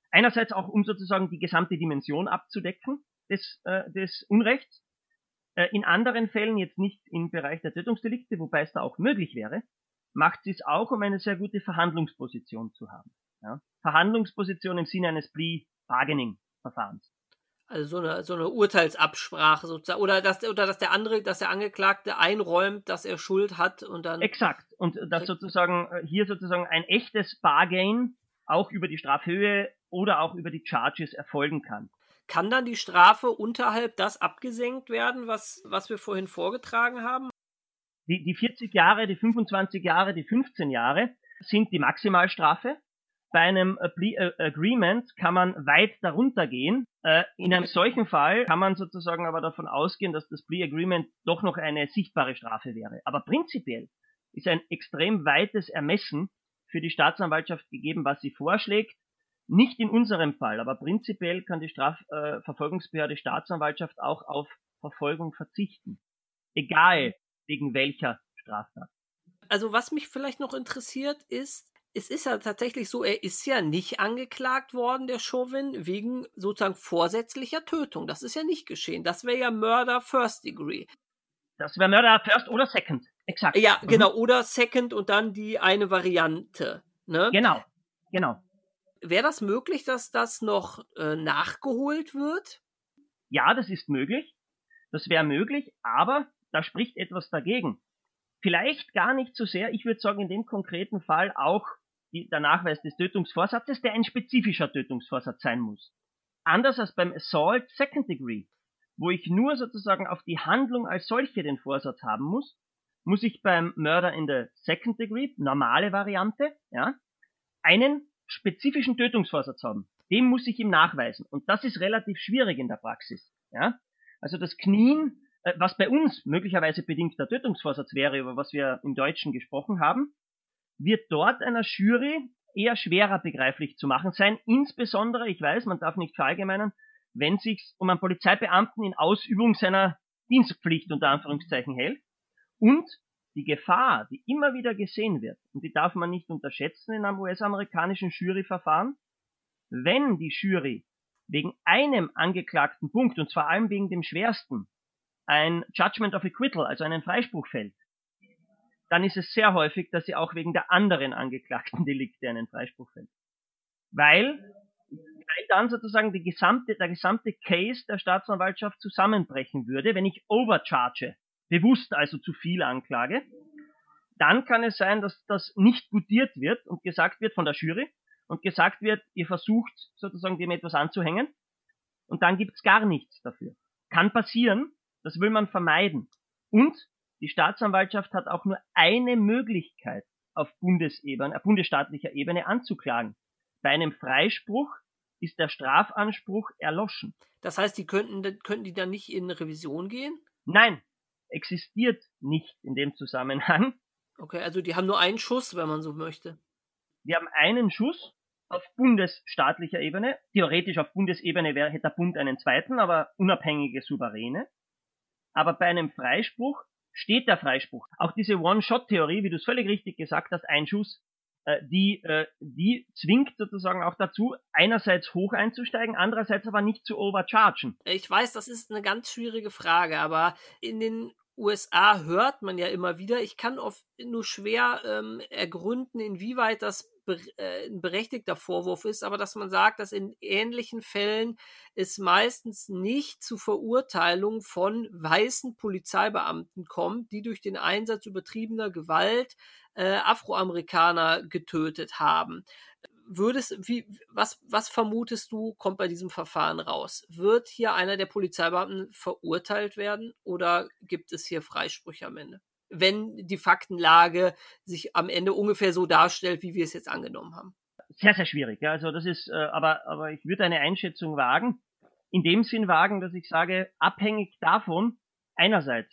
Einerseits auch, um sozusagen die gesamte Dimension abzudecken des, äh, des Unrechts. Äh, in anderen Fällen, jetzt nicht im Bereich der Tötungsdelikte, wobei es da auch möglich wäre, macht sie es auch, um eine sehr gute Verhandlungsposition zu haben. Ja? Verhandlungsposition im Sinne eines Plea-Bargaining-Verfahrens. Also so eine, so eine Urteilsabsprache sozusagen. Oder dass, oder dass der andere, dass der Angeklagte einräumt, dass er Schuld hat und dann. Exakt. Und dass sozusagen hier sozusagen ein echtes Bargain auch über die Strafhöhe oder auch über die Charges erfolgen kann. Kann dann die Strafe unterhalb das abgesenkt werden, was, was wir vorhin vorgetragen haben? Die, die vierzig Jahre, die fünfundzwanzig Jahre, die fünfzehn Jahre sind die Maximalstrafe. Bei einem Plea Agreement kann man weit darunter gehen. In einem solchen Fall kann man sozusagen aber davon ausgehen, dass das Plea Agreement doch noch eine sichtbare Strafe wäre. Aber prinzipiell ist ein extrem weites Ermessen für die Staatsanwaltschaft gegeben, was sie vorschlägt. Nicht in unserem Fall, aber prinzipiell kann die Strafverfolgungsbehörde Staatsanwaltschaft auch auf Verfolgung verzichten. Egal wegen welcher Straftat. Also was mich vielleicht noch interessiert ist, es ist ja tatsächlich so, er ist ja nicht angeklagt worden, der Chauvin, wegen sozusagen vorsätzlicher Tötung. Das ist ja nicht geschehen. Das wäre ja Murder First Degree. Das wäre Murder First oder Second. Exakt. Ja, mhm. genau. Oder Second und dann die eine Variante. Ne? Genau, genau. Wäre das möglich, dass das noch äh, nachgeholt wird? Ja, das ist möglich. Das wäre möglich, aber da spricht etwas dagegen. Vielleicht gar nicht so sehr, ich würde sagen, in dem konkreten Fall auch die, der Nachweis des Tötungsvorsatzes, der ein spezifischer Tötungsvorsatz sein muss. Anders als beim Assault Second Degree, wo ich nur sozusagen auf die Handlung als solche den Vorsatz haben muss, muss ich beim Murder in the Second Degree, normale Variante, ja, einen spezifischen Tötungsvorsatz haben. Dem muss ich ihm nachweisen. Und das ist relativ schwierig in der Praxis. Ja? Also das Knien, äh, was bei uns möglicherweise bedingter Tötungsvorsatz wäre, über was wir im Deutschen gesprochen haben, wird dort einer Jury eher schwerer begreiflich zu machen sein. Insbesondere, ich weiß, man darf nicht verallgemeinern, wenn es sich um einen Polizeibeamten in Ausübung seiner Dienstpflicht unter Anführungszeichen hält. Und die Gefahr, die immer wieder gesehen wird, und die darf man nicht unterschätzen in einem U S-amerikanischen Juryverfahren, wenn die Jury wegen einem angeklagten Punkt, und zwar allem wegen dem schwersten, ein Judgment of Acquittal, also einen Freispruch fällt, dann ist es sehr häufig, dass sie auch wegen der anderen angeklagten Delikte einen Freispruch fällt. Weil, weil dann sozusagen die gesamte, der gesamte Case der Staatsanwaltschaft zusammenbrechen würde, wenn ich overcharge, bewusst also zu viel anklage, dann kann es sein, dass das nicht gutiert wird und gesagt wird von der Jury und gesagt wird, ihr versucht sozusagen dem etwas anzuhängen und dann gibt's gar nichts dafür. Kann passieren, das will man vermeiden. Und die Staatsanwaltschaft hat auch nur eine Möglichkeit auf Bundesebene, äh, bundesstaatlicher Ebene anzuklagen. Bei einem Freispruch ist der Strafanspruch erloschen. Das heißt, die könnten, könnten die dann nicht in Revision gehen? Nein, existiert nicht in dem Zusammenhang. Okay, also die haben nur einen Schuss, wenn man so möchte. Wir haben einen Schuss auf bundesstaatlicher Ebene. Theoretisch auf Bundesebene wäre, hätte der Bund einen zweiten, aber unabhängige Souveräne. Aber bei einem Freispruch steht der Freispruch. Auch diese One-Shot-Theorie, wie du es völlig richtig gesagt hast, ein Schuss, äh, die, äh, die zwingt sozusagen auch dazu, einerseits hoch einzusteigen, andererseits aber nicht zu overchargen. Ich weiß, das ist eine ganz schwierige Frage, aber in den U S A hört man ja immer wieder, ich kann oft nur schwer ähm, ergründen, inwieweit das be- äh, ein berechtigter Vorwurf ist, aber dass man sagt, dass in ähnlichen Fällen es meistens nicht zu Verurteilung von weißen Polizeibeamten kommt, die durch den Einsatz übertriebener Gewalt äh, Afroamerikaner getötet haben. Würdest, wie, was, was vermutest du, kommt bei diesem Verfahren raus? Wird hier einer der Polizeibeamten verurteilt werden oder gibt es hier Freisprüche am Ende? Wenn die Faktenlage sich am Ende ungefähr so darstellt, wie wir es jetzt angenommen haben. Sehr, sehr schwierig. Ja. Also das ist, äh, aber, aber ich würde eine Einschätzung wagen. In dem Sinn wagen, dass ich sage, abhängig davon, einerseits,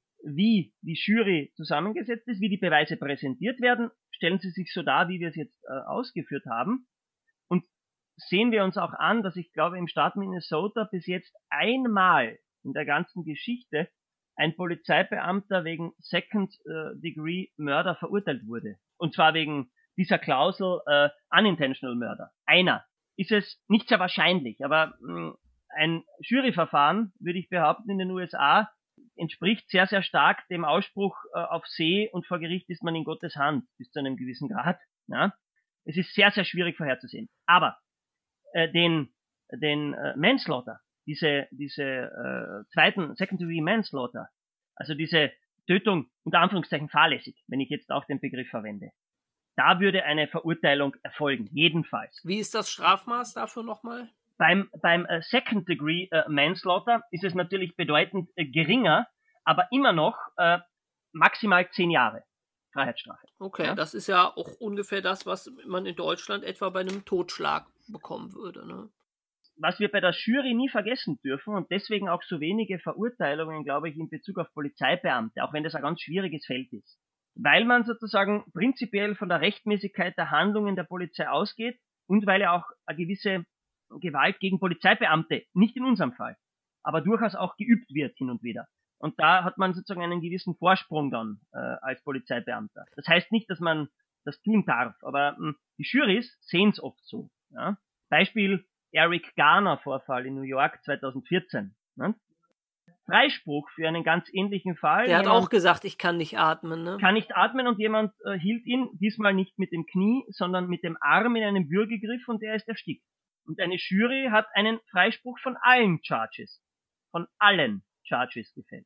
wie die Jury zusammengesetzt ist, wie die Beweise präsentiert werden, stellen sie sich so dar, wie wir es jetzt äh, ausgeführt haben. Und sehen wir uns auch an, dass ich glaube, im Staat Minnesota bis jetzt einmal in der ganzen Geschichte ein Polizeibeamter wegen Second äh, Degree Murder verurteilt wurde. Und zwar wegen dieser Klausel äh, Unintentional Murder. Einer. ist es nicht sehr wahrscheinlich. Aber mh, ein Juryverfahren, würde ich behaupten, in den U S A entspricht sehr, sehr stark dem Ausspruch, äh, auf See und vor Gericht ist man in Gottes Hand, bis zu einem gewissen Grad. Ja? Es ist sehr, sehr schwierig vorherzusehen. Aber äh, den, den äh, Manslaughter, diese, diese äh, zweiten Second-Degree Manslaughter, also diese Tötung unter Anführungszeichen fahrlässig, wenn ich jetzt auch den Begriff verwende, da würde eine Verurteilung erfolgen, jedenfalls. Wie ist das Strafmaß dafür nochmal? Beim, beim äh, Second-Degree äh, Manslaughter ist es natürlich bedeutend äh, geringer, aber immer noch äh, maximal zehn Jahre Freiheitsstrafe. Okay, ja? Das ist ja auch ungefähr das, was man in Deutschland etwa bei einem Totschlag bekommen würde, ne? Was wir bei der Jury nie vergessen dürfen und deswegen auch so wenige Verurteilungen, glaube ich, in Bezug auf Polizeibeamte, auch wenn das ein ganz schwieriges Feld ist. Weil man sozusagen prinzipiell von der Rechtmäßigkeit der Handlungen der Polizei ausgeht und weil ja auch eine gewisse Gewalt gegen Polizeibeamte, nicht in unserem Fall, aber durchaus auch geübt wird hin und wieder. Und da hat man sozusagen einen gewissen Vorsprung dann äh, als Polizeibeamter. Das heißt nicht, dass man das tun darf, aber mh, die Jurys sehen es oft so. Ja? Beispiel Eric Garner-Vorfall in New York zweitausendvierzehn. Ne? Freispruch für einen ganz ähnlichen Fall. Der hat auch gesagt, ich kann nicht atmen. Ne? Kann nicht atmen und jemand äh, hielt ihn, diesmal nicht mit dem Knie, sondern mit dem Arm in einem Würgegriff und er ist erstickt. Und eine Jury hat einen Freispruch von allen Charges, von allen Charges gefällt.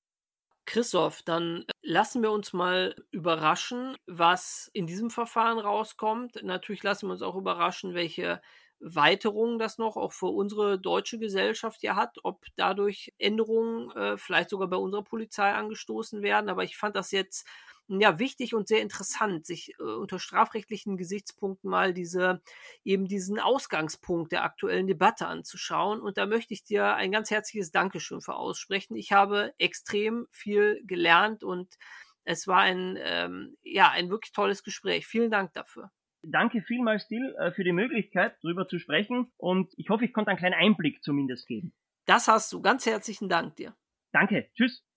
Christoph, dann lassen wir uns mal überraschen, was in diesem Verfahren rauskommt. Natürlich lassen wir uns auch überraschen, welche Weiterungen das noch auch für unsere deutsche Gesellschaft ja hat, ob dadurch Änderungen äh, vielleicht sogar bei unserer Polizei angestoßen werden. Aber ich fand das jetzt ja wichtig und sehr interessant, sich äh, unter strafrechtlichen Gesichtspunkten mal diese eben diesen Ausgangspunkt der aktuellen Debatte anzuschauen. Und da möchte ich dir ein ganz herzliches Dankeschön für aussprechen. Ich habe extrem viel gelernt und es war ein ähm, ja ein wirklich tolles Gespräch. Vielen Dank dafür. Danke vielmals, Till, für die Möglichkeit, darüber zu sprechen und ich hoffe, ich konnte einen kleinen Einblick zumindest geben. Das hast du. Ganz herzlichen Dank dir. Danke. Tschüss.